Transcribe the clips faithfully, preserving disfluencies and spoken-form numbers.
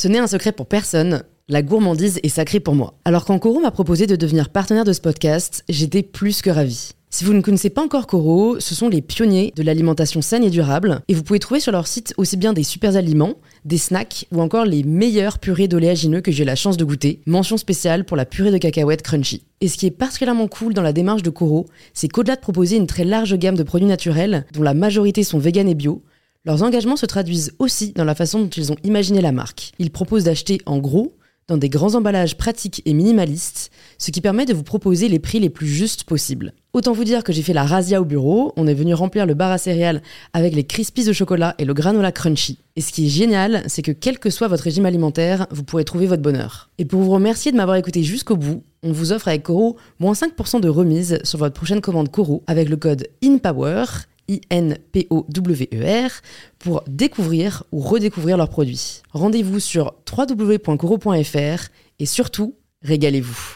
Ce n'est un secret pour personne, la gourmandise est sacrée pour moi. Alors quand Koro m'a proposé de devenir partenaire de ce podcast, j'étais plus que ravie. Si vous ne connaissez pas encore Koro, ce sont les pionniers de l'alimentation saine et durable, et vous pouvez trouver sur leur site aussi bien des super aliments, des snacks ou encore les meilleures purées d'oléagineux que j'ai eu la chance de goûter. Mention spéciale pour la purée de cacahuètes crunchy. Et ce qui est particulièrement cool dans la démarche de Koro, c'est qu'au-delà de proposer une très large gamme de produits naturels, dont la majorité sont véganes et bio, leurs engagements se traduisent aussi dans la façon dont ils ont imaginé la marque. Ils proposent d'acheter en gros, dans des grands emballages pratiques et minimalistes, ce qui permet de vous proposer les prix les plus justes possibles. Autant vous dire que j'ai fait la razzia au bureau, on est venu remplir le bar à céréales avec les Crispies au chocolat et le granola crunchy. Et ce qui est génial, c'est que quel que soit votre régime alimentaire, vous pourrez trouver votre bonheur. Et pour vous remercier de m'avoir écouté jusqu'au bout, on vous offre avec Koro moins cinq pour cent de remise sur votre prochaine commande Koro avec le code INPOWER, I N P O W E R, pour découvrir ou redécouvrir leurs produits. Rendez-vous sur w w w point koro point f r et surtout, régalez-vous.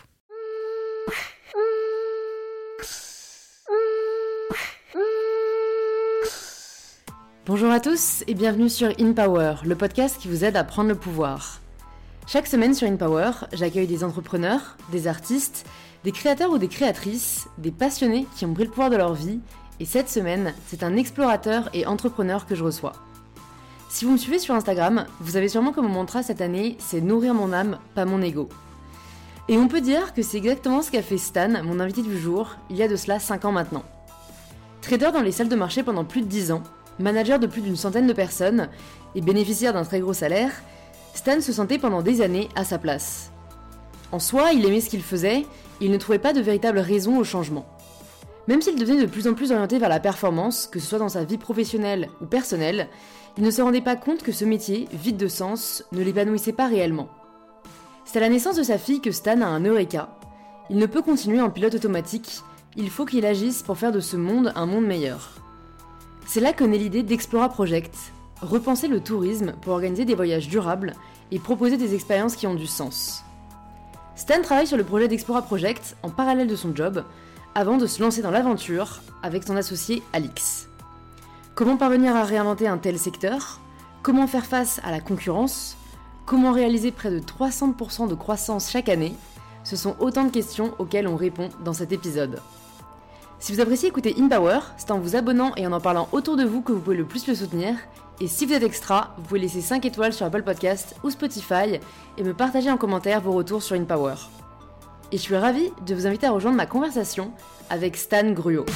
Bonjour à tous et bienvenue sur InPower, le podcast qui vous aide à prendre le pouvoir. Chaque semaine sur InPower, j'accueille des entrepreneurs, des artistes, des créateurs ou des créatrices, des passionnés qui ont pris le pouvoir de leur vie. Et cette semaine, c'est un explorateur et entrepreneur que je reçois. Si vous me suivez sur Instagram, vous avez sûrement comme mantra cette année, c'est nourrir mon âme, pas mon ego. Et on peut dire que c'est exactement ce qu'a fait Stan, mon invité du jour, il y a de cela cinq ans maintenant. Trader dans les salles de marché pendant plus de dix ans, manager de plus d'une centaine de personnes et bénéficiaire d'un très gros salaire, Stan se sentait pendant des années à sa place. En soi, il aimait ce qu'il faisait, et il ne trouvait pas de véritable raison au changement. Même s'il devenait de plus en plus orienté vers la performance, que ce soit dans sa vie professionnelle ou personnelle, il ne se rendait pas compte que ce métier, vide de sens, ne l'épanouissait pas réellement. C'est à la naissance de sa fille que Stan a un eureka. Il ne peut continuer en pilote automatique, il faut qu'il agisse pour faire de ce monde un monde meilleur. C'est là que naît l'idée d'Explora Project, repenser le tourisme pour organiser des voyages durables et proposer des expériences qui ont du sens. Stan travaille sur le projet d'Explora Project en parallèle de son job, avant de se lancer dans l'aventure avec son associé Alix. Comment parvenir à réinventer un tel secteur ? Comment faire face à la concurrence ? Comment réaliser près de trois cents pour cent de croissance chaque année ? Ce sont autant de questions auxquelles on répond dans cet épisode. Si vous appréciez écouter InPower, c'est en vous abonnant et en en parlant autour de vous que vous pouvez le plus le soutenir. Et si vous êtes extra, vous pouvez laisser cinq étoiles sur Apple Podcast ou Spotify et me partager en commentaire vos retours sur InPower. Et je suis ravie de vous inviter à rejoindre ma conversation avec Stan Gruot.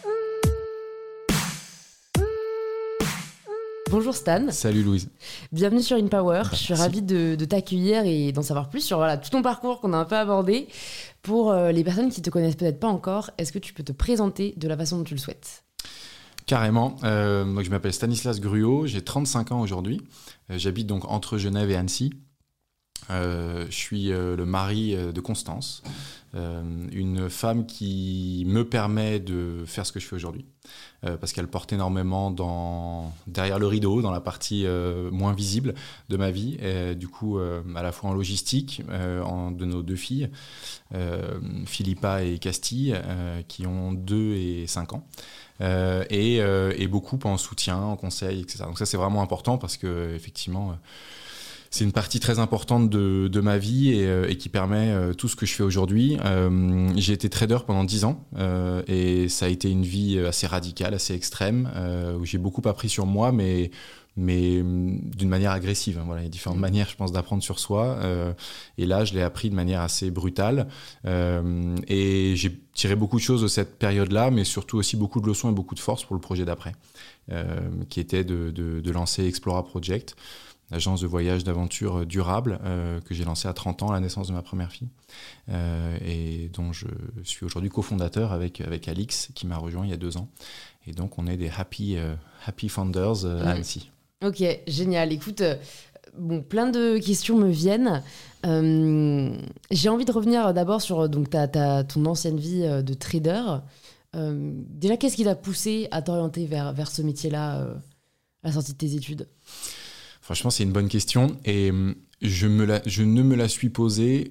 Bonjour Stan. Salut Louise. Bienvenue sur InPower. Bah, je suis merci. ravie de, de t'accueillir et d'en savoir plus sur voilà, tout ton parcours qu'on a un peu abordé. Pour euh, les personnes qui ne te connaissent peut-être pas encore, est-ce que tu peux te présenter de la façon dont tu le souhaites ? Carrément. Euh, donc je m'appelle Stanislas Gruot, j'ai trente-cinq ans aujourd'hui. Euh, j'habite donc entre Genève et Annecy. Euh, je suis euh, le mari euh, de Constance, euh, une femme qui me permet de faire ce que je fais aujourd'hui, euh, parce qu'elle porte énormément dans, derrière le rideau, dans la partie euh, moins visible de ma vie, et, du coup euh, à la fois en logistique euh, en, de nos deux filles, euh, Philippa et Castille, euh, qui ont deux et cinq ans. Euh, et, euh, et beaucoup en soutien, en conseil, et cetera. Donc ça c'est vraiment important parce que effectivement euh, c'est une partie très importante de, de ma vie et, euh, et qui permet euh, tout ce que je fais aujourd'hui. Euh, j'ai été trader pendant dix ans euh, et ça a été une vie assez radicale, assez extrême, euh, où j'ai beaucoup appris sur moi, mais, mais d'une manière agressive. Voilà, il y a différentes mmh. manières, je pense, d'apprendre sur soi. Euh, et là, je l'ai appris de manière assez brutale. Euh, et j'ai tiré beaucoup de choses de cette période-là, mais surtout aussi beaucoup de leçons et beaucoup de force pour le projet d'après, euh, qui était de, de, de lancer Explora Project, l'agence de voyage d'aventure durable euh, que j'ai lancée à trente ans à la naissance de ma première fille euh, et dont je suis aujourd'hui cofondateur avec, avec Alix qui m'a rejoint il y a deux ans. Et donc on est des happy, uh, happy founders euh, à Annecy. Ok, génial. Écoute, euh, bon, plein de questions me viennent. Euh, j'ai envie de revenir d'abord sur donc, ta, ta, ton ancienne vie euh, de trader. Euh, déjà, qu'est-ce qui t'a poussé à t'orienter vers, vers ce métier-là euh, à la sortie de tes études ? Franchement, c'est une bonne question et je, me la, je ne me la suis posée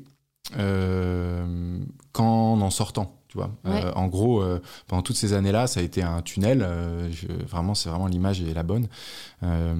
euh, qu'en en sortant. Tu vois. Ouais. Euh, en gros, euh, pendant toutes ces années-là, ça a été un tunnel. Euh, je, vraiment, c'est vraiment l'image est la bonne. Euh,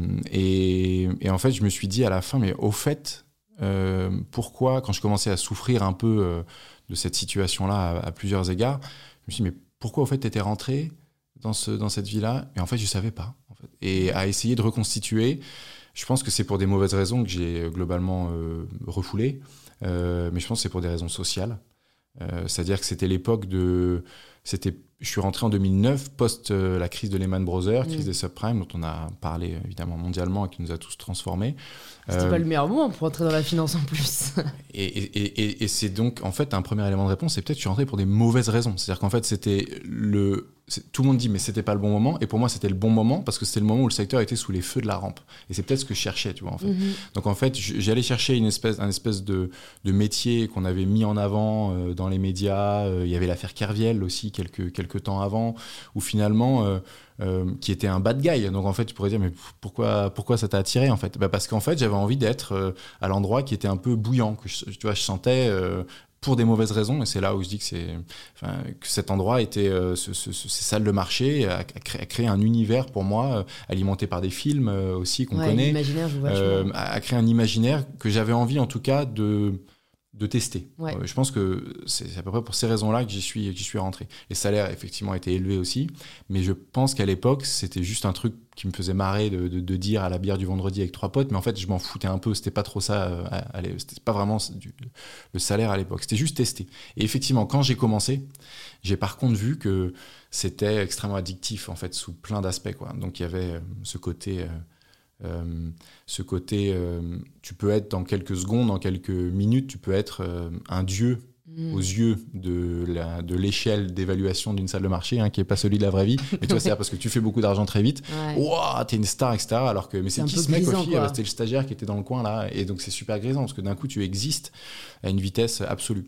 et, et en fait, je me suis dit à la fin, mais au fait, euh, pourquoi, quand je commençais à souffrir un peu euh, de cette situation-là à, à plusieurs égards, je me suis dit, mais pourquoi au fait tu étais rentré dans, ce, dans cette vie-là? Et en fait, je ne savais pas. En fait. Et à essayer de reconstituer, je pense que c'est pour des mauvaises raisons que j'ai globalement euh, refoulé. Euh, mais je pense que c'est pour des raisons sociales. Euh, c'est-à-dire que c'était l'époque de... C'était, je suis rentré en deux mille neuf, post euh, la crise de Lehman Brothers, crise mmh. des subprimes, dont on a parlé évidemment mondialement et qui nous a tous transformés. C'était euh, pas le meilleur moment pour entrer dans la finance en plus. et, et, et, et c'est donc, en fait, un premier élément de réponse, c'est peut-être que je suis rentré pour des mauvaises raisons. C'est-à-dire qu'en fait, c'était le... C'est, tout le monde dit, mais c'était pas le bon moment. Et pour moi, c'était le bon moment parce que c'était le moment où le secteur était sous les feux de la rampe. Et c'est peut-être ce que je cherchais, tu vois, en fait. Mm-hmm. Donc, en fait, j'allais chercher une espèce, un espèce de, de métier qu'on avait mis en avant euh, dans les médias. Euh, il y avait l'affaire Kerviel aussi, quelques, quelques temps avant, où finalement... Euh, Euh, qui était un bad guy. Donc en fait, tu pourrais dire, mais pourquoi, pourquoi ça t'a attiré en fait? Bah, parce qu'en fait, j'avais envie d'être euh, à l'endroit qui était un peu bouillant, que je, tu vois, je sentais euh, pour des mauvaises raisons, et c'est là où je dis que, c'est, que cet endroit était, euh, ce, ce, ce, ces salles de marché, a, a, créé, a créé un univers pour moi, euh, alimenté par des films euh, aussi qu'on ouais, connaît, l'imaginaire joue euh, a, a créé un imaginaire que j'avais envie en tout cas de... de tester. Ouais. Euh, je pense que c'est, c'est à peu près pour ces raisons-là que j'y suis, que j'y suis rentré. Les salaires, effectivement, étaient élevés aussi, mais je pense qu'à l'époque, c'était juste un truc qui me faisait marrer de, de, de dire à la bière du vendredi avec trois potes, mais en fait, je m'en foutais un peu, c'était pas trop ça, euh, à, à, c'était pas vraiment du, le salaire à l'époque, c'était juste tester. Et effectivement, quand j'ai commencé, j'ai par contre vu que c'était extrêmement addictif, en fait, sous plein d'aspects, quoi. Donc, il y avait euh, ce côté... Euh, Euh, ce côté, euh, tu peux être dans quelques secondes, dans quelques minutes, tu peux être euh, un dieu mmh. aux yeux de, la, de l'échelle d'évaluation d'une salle de marché, hein, qui n'est pas celui de la vraie vie. Mais tu vois, c'est parce que tu fais beaucoup d'argent très vite. Waouh, wow, t'es une star, et cetera. Alors que, mais c'est, c'est qui ce mec au fil? C'était le stagiaire qui était dans le coin là. Et donc, c'est super grisant parce que d'un coup, tu existes à une vitesse absolue.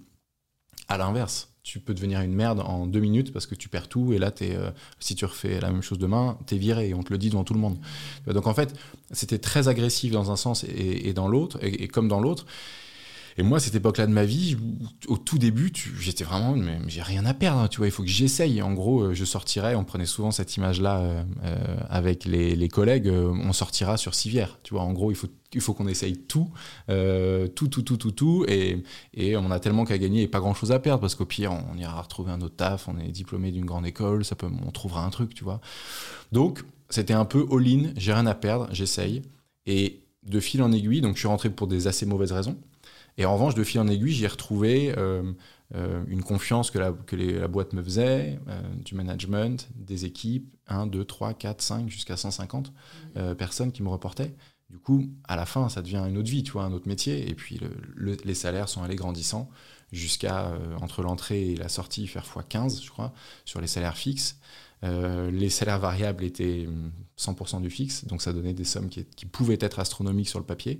À l'inverse, tu peux devenir une merde en deux minutes parce que tu perds tout et là, t'es, euh, si tu refais la même chose demain, t'es viré et on te le dit devant tout le monde. Donc en fait, c'était très agressif dans un sens et, et dans l'autre, et, et comme dans l'autre. Et moi, à cette époque-là de ma vie, au tout début, tu, j'étais vraiment, mais j'ai rien à perdre, tu vois, il faut que j'essaye. En gros, je sortirais, on prenait souvent cette image-là euh, euh, avec les, les collègues, euh, on sortira sur civière, tu vois. En gros, il faut, il faut qu'on essaye tout, euh, tout, tout, tout, tout, tout, et, et on a tellement qu'à gagner et pas grand-chose à perdre, parce qu'au pire, on ira retrouver un autre taf, on est diplômé d'une grande école, ça peut, on trouvera un truc, tu vois. Donc, c'était un peu all-in, j'ai rien à perdre, j'essaye. Et de fil en aiguille, donc je suis rentré pour des assez mauvaises raisons. Et en revanche, de fil en aiguille, j'ai retrouvé euh, euh, une confiance que la, que les, la boîte me faisait, euh, du management, des équipes, un, deux, trois, quatre, cinq, jusqu'à cent cinquante euh, personnes qui me reportaient. Du coup, à la fin, ça devient une autre vie, tu vois, un autre métier. Et puis, le, le, les salaires sont allés grandissant jusqu'à, euh, entre l'entrée et la sortie, faire fois quinze, je crois, sur les salaires fixes. Euh, les salaires variables étaient cent pour cent du fixe, donc ça donnait des sommes qui, qui pouvaient être astronomiques sur le papier.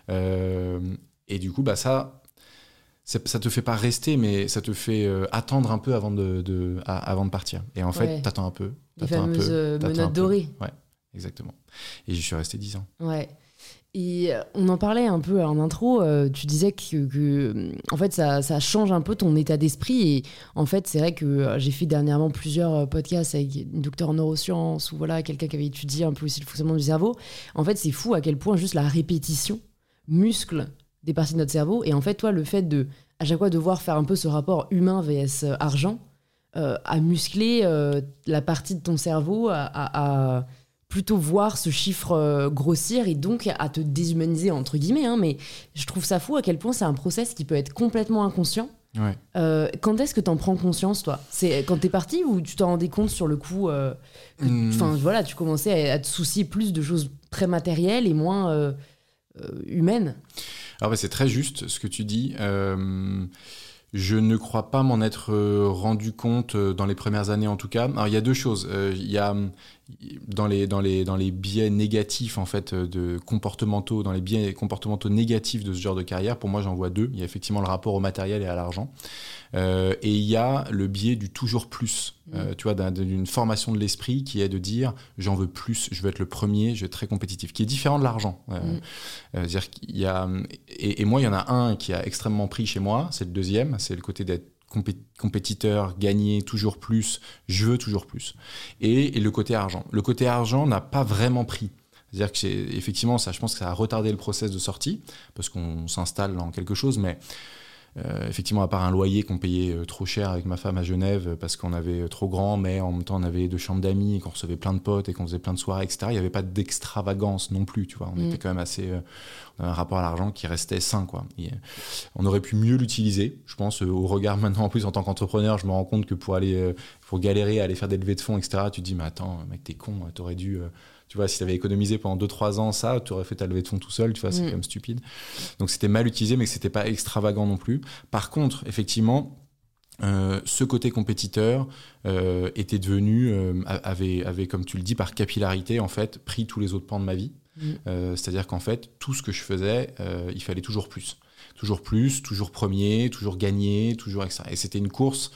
Euh, Et du coup, bah ça, ça te fait pas rester, mais ça te fait euh, attendre un peu avant de, de, à, avant de partir. Et en fait, ouais. t'attends un peu. T'attends Les fameuses un peu, menottes dorées. Ouais, exactement. Et j'y suis resté dix ans. Ouais. Et on en parlait un peu en intro, euh, tu disais que, que en fait, ça, ça change un peu ton état d'esprit. Et en fait, c'est vrai que j'ai fait dernièrement plusieurs podcasts avec une docteure en neurosciences ou voilà, quelqu'un qui avait étudié un peu aussi le fonctionnement du cerveau. En fait, c'est fou à quel point juste la répétition muscle des parties de notre cerveau. Et en fait, toi, le fait de, à chaque fois, devoir faire un peu ce rapport humain vs argent, euh, à muscler euh, la partie de ton cerveau, à, à, à plutôt voir ce chiffre euh, grossir et donc à te déshumaniser, entre guillemets. Hein, mais je trouve ça fou à quel point c'est un process qui peut être complètement inconscient. Ouais. Euh, quand est-ce que t'en prends conscience, toi? C'est quand t'es parti ou tu t'en rendais compte sur le coup euh, que, mmh. voilà, tu commençais à, à te soucier plus de choses très matérielles et moins euh, euh, humaines? Alors bah, c'est très juste ce que tu dis. Euh, je ne crois pas m'en être rendu compte dans les premières années en tout cas. Alors il y a deux choses. Euh, il y a dans les dans les dans les biais négatifs en fait de comportementaux, dans les biais comportementaux négatifs de ce genre de carrière. Pour moi, j'en vois deux. Il y a effectivement le rapport au matériel et à l'argent. Euh, et il y a le biais du toujours plus, mmh. euh, tu vois, d'un, d'une formation de l'esprit qui est de dire j'en veux plus, je veux être le premier, je veux être très compétitif, qui est différent de l'argent. Euh, mmh. euh, dire qu'il y a et, et moi, il y en a un qui a extrêmement pris chez moi, c'est le deuxième, c'est le côté d'être compé- compétiteur, gagner toujours plus, je veux toujours plus. Et, et le côté argent. Le côté argent n'a pas vraiment pris. C'est-à-dire que c'est, effectivement, ça, je pense que ça a retardé le process de sortie, parce qu'on s'installe dans quelque chose, mais euh, effectivement, à part un loyer qu'on payait euh, trop cher avec ma femme à Genève, parce qu'on avait trop grand, mais en même temps, on avait deux chambres d'amis, et qu'on recevait plein de potes, et qu'on faisait plein de soirées, et cetera. Il n'y avait pas d'extravagance non plus, tu vois. On mmh. était quand même assez... Euh, on avait un rapport à l'argent qui restait sain, quoi. Et, euh, on aurait pu mieux l'utiliser, je pense, euh, au regard maintenant, en plus, en tant qu'entrepreneur, je me rends compte que pour aller... Euh, pour galérer à aller faire des levées de fonds, et cetera, tu te dis, mais attends, mec, t'es con, t'aurais dû... Euh, Tu vois, si tu avais économisé pendant deux trois ans ça, tu aurais fait ta levée de fonds tout seul, tu vois, c'est mmh. quand même stupide. Donc c'était mal utilisé, mais que c'était pas extravagant non plus. Par contre, effectivement, euh, ce côté compétiteur euh, était devenu, euh, avait, avait, comme tu le dis, par capillarité, en fait, pris tous les autres pans de ma vie. Mmh. Euh, c'est-à-dire qu'en fait, tout ce que je faisais, euh, il fallait toujours plus. Toujours plus, toujours premier, toujours gagner, toujours et cetera. Et c'était une course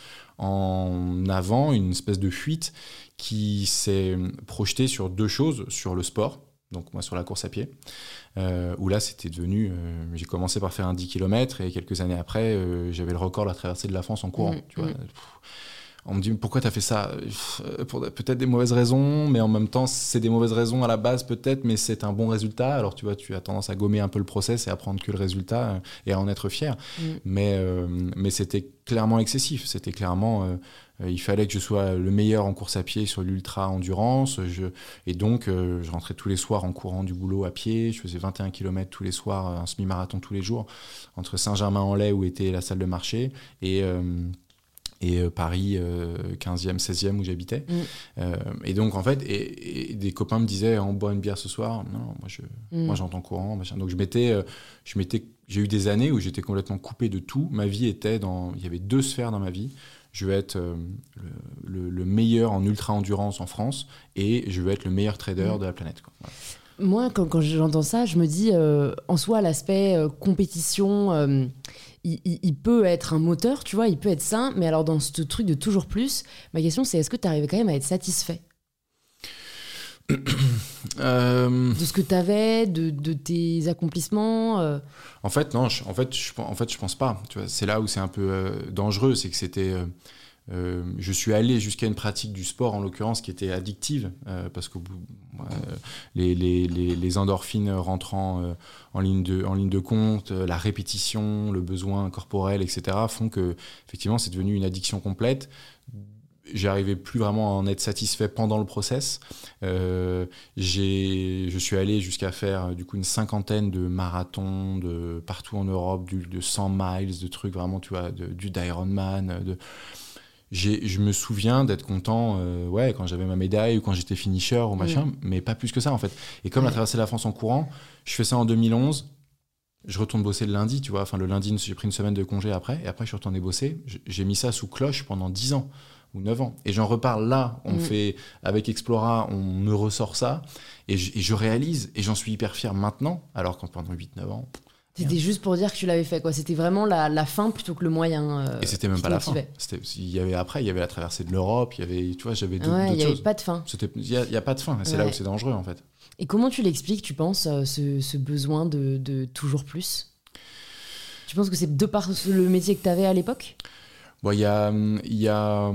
en avant, une espèce de fuite qui s'est projetée sur deux choses, sur le sport, donc moi sur la course à pied, euh, où là c'était devenu, euh, j'ai commencé par faire un dix kilomètres et quelques années après, euh, j'avais le record de la traversée de la France en courant. Mmh, tu vois. Mmh. On me dit pourquoi tu as fait ça ? Pour peut-être des mauvaises raisons, mais en même temps c'est des mauvaises raisons à la base peut-être, mais c'est un bon résultat. Alors tu vois, tu as tendance à gommer un peu le process et à prendre que le résultat et à en être fier. Mmh. Mais, euh, mais c'était clairement excessif. C'était clairement, euh, il fallait que je sois le meilleur en course à pied sur l'ultra endurance. Je, et donc euh, je rentrais tous les soirs en courant du boulot à pied. Je faisais vingt et un kilomètres tous les soirs, un semi-marathon tous les jours, entre Saint-Germain-en-Laye où était la salle de marché et... Euh, et euh, Paris euh, quinzième, seizième où j'habitais. Mmh. Euh, et donc, en fait, et, et des copains me disaient, on boit une bière ce soir. Non, moi, je, mmh. moi j'entends courant. Machin. Donc, je m'étais, euh, je m'étais, j'ai eu des années où j'étais complètement coupé de tout. Ma vie était dans... Il y avait deux sphères dans ma vie. Je vais être euh, le, le, le meilleur en ultra-endurance en France et je vais être le meilleur trader mmh. de la planète, quoi. Voilà. Moi, quand, quand j'entends ça, je me dis, euh, en soi, l'aspect euh, compétition... Euh, Il, il, il peut être un moteur, tu vois, il peut être sain, mais alors dans ce truc de toujours plus, ma question c'est est-ce que tu arrives quand même à être satisfait euh... de ce que tu avais, de, de tes accomplissements euh... En fait, non, je, en, fait, je, en fait, je pense pas. Tu vois, c'est là où c'est un peu euh, dangereux, c'est que c'était... Euh, Euh, je suis allé jusqu'à une pratique du sport en l'occurrence qui était addictive euh, parce que euh, les, les, les, les endorphines rentrant euh, en, ligne de, en ligne de compte, euh, la répétition, le besoin corporel, et cetera font que effectivement c'est devenu une addiction complète. J'arrivais plus vraiment à en être satisfait pendant le process. Euh, j'ai, je suis allé jusqu'à faire du coup une cinquantaine de marathons de partout en Europe, du, de cent miles, de trucs vraiment, tu vois, de, du d'Ironman, de J'ai, je me souviens d'être content euh, ouais, quand j'avais ma médaille ou quand j'étais finisher ou machin, mmh. mais pas plus que ça en fait. Et comme ouais. la traversée de la France en courant, je fais ça en deux mille onze, je retourne bosser le lundi, tu vois. Enfin, le lundi, j'ai pris une semaine de congé après, et après je suis retourné bosser. J'ai mis ça sous cloche pendant dix ans ou neuf ans. Et j'en reparle là, on mmh. fait, avec Explora, on me ressort ça, et je, et je réalise, et j'en suis hyper fier maintenant, alors que pendant huit neuf ans... C'était juste pour dire que tu l'avais fait, quoi. C'était vraiment la, la fin plutôt que le moyen. Euh, et c'était même pas la fin. C'était, il y avait après, il y avait la traversée de l'Europe, il y avait, tu vois, j'avais d'autres, ouais, d'autres il choses. Il n'y avait pas de fin. Il n'y a, a pas de fin. Et c'est ouais. là où c'est dangereux, en fait. Et comment tu l'expliques, tu penses, ce, ce besoin de, de toujours plus ? Tu penses que c'est de par le métier que tu avais à l'époque ? Bon, il y a, il y a,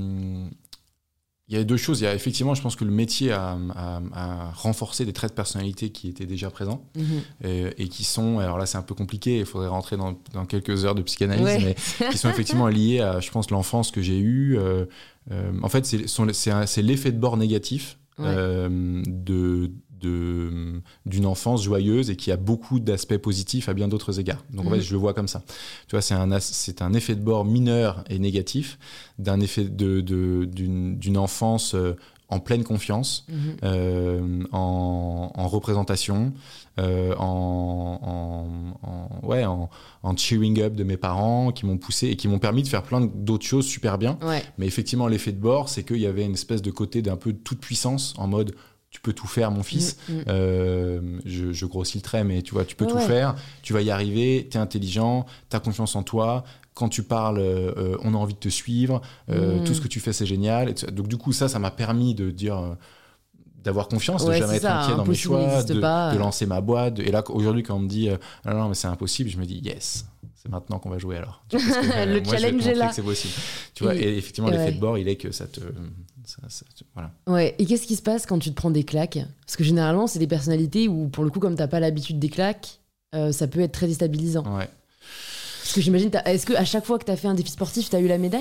il y a deux choses. Il y a effectivement, je pense que le métier a, a, a renforcé des traits de personnalité qui étaient déjà présents mmh. et, et qui sont, alors là c'est un peu compliqué, il faudrait rentrer dans, dans quelques heures de psychanalyse, ouais. mais qui sont effectivement liés à, je pense, l'enfance que j'ai eue. Euh, euh, en fait, c'est, sont, c'est, un, c'est l'effet de bord négatif ouais. euh, de... De, d'une enfance joyeuse et qui a beaucoup d'aspects positifs à bien d'autres égards. Donc, mmh. en fait, je le vois comme ça. Tu vois, c'est un, c'est un effet de bord mineur et négatif d'un effet de, de, d'une, d'une enfance euh, en pleine confiance, mmh. euh, en, en représentation, euh, en, en, en, ouais, en, en cheering up de mes parents qui m'ont poussé et qui m'ont permis de faire plein d'autres choses super bien. Ouais. Mais effectivement, l'effet de bord, c'est qu'il y avait une espèce de côté d'un peu de toute puissance en mode... Tu peux tout faire, mon fils. Mmh, mmh. Euh, je, je grossis le trait, mais tu vois, tu peux ouais, tout ouais. faire. Tu vas y arriver. T'es intelligent. T'as confiance en toi. Quand tu parles, euh, on a envie de te suivre. Euh, mmh. Tout ce que tu fais, c'est génial. Et donc, du coup, ça, ça m'a permis de dire, d'avoir confiance, ouais, de jamais être ça, inquiet dans mes choix, de, pas. de lancer ma boîte. Et là, aujourd'hui, quand on me dit euh, non, non, mais c'est impossible, je me dis yes, c'est maintenant qu'on va jouer alors. Parce que, le euh, moi, challenge je vais te est là. Que c'est possible. Tu vois, et, et effectivement, et l'effet ouais. de bord, il est que ça te. Ça, ça, voilà. Ouais, et qu'est-ce qui se passe quand tu te prends des claques ? Parce que généralement, c'est des personnalités où, pour le coup, comme t'as pas l'habitude des claques, euh, ça peut être très déstabilisant. Ouais. Parce que j'imagine, t'as... est-ce qu'à chaque fois que t'as fait un défi sportif, t'as eu la médaille ?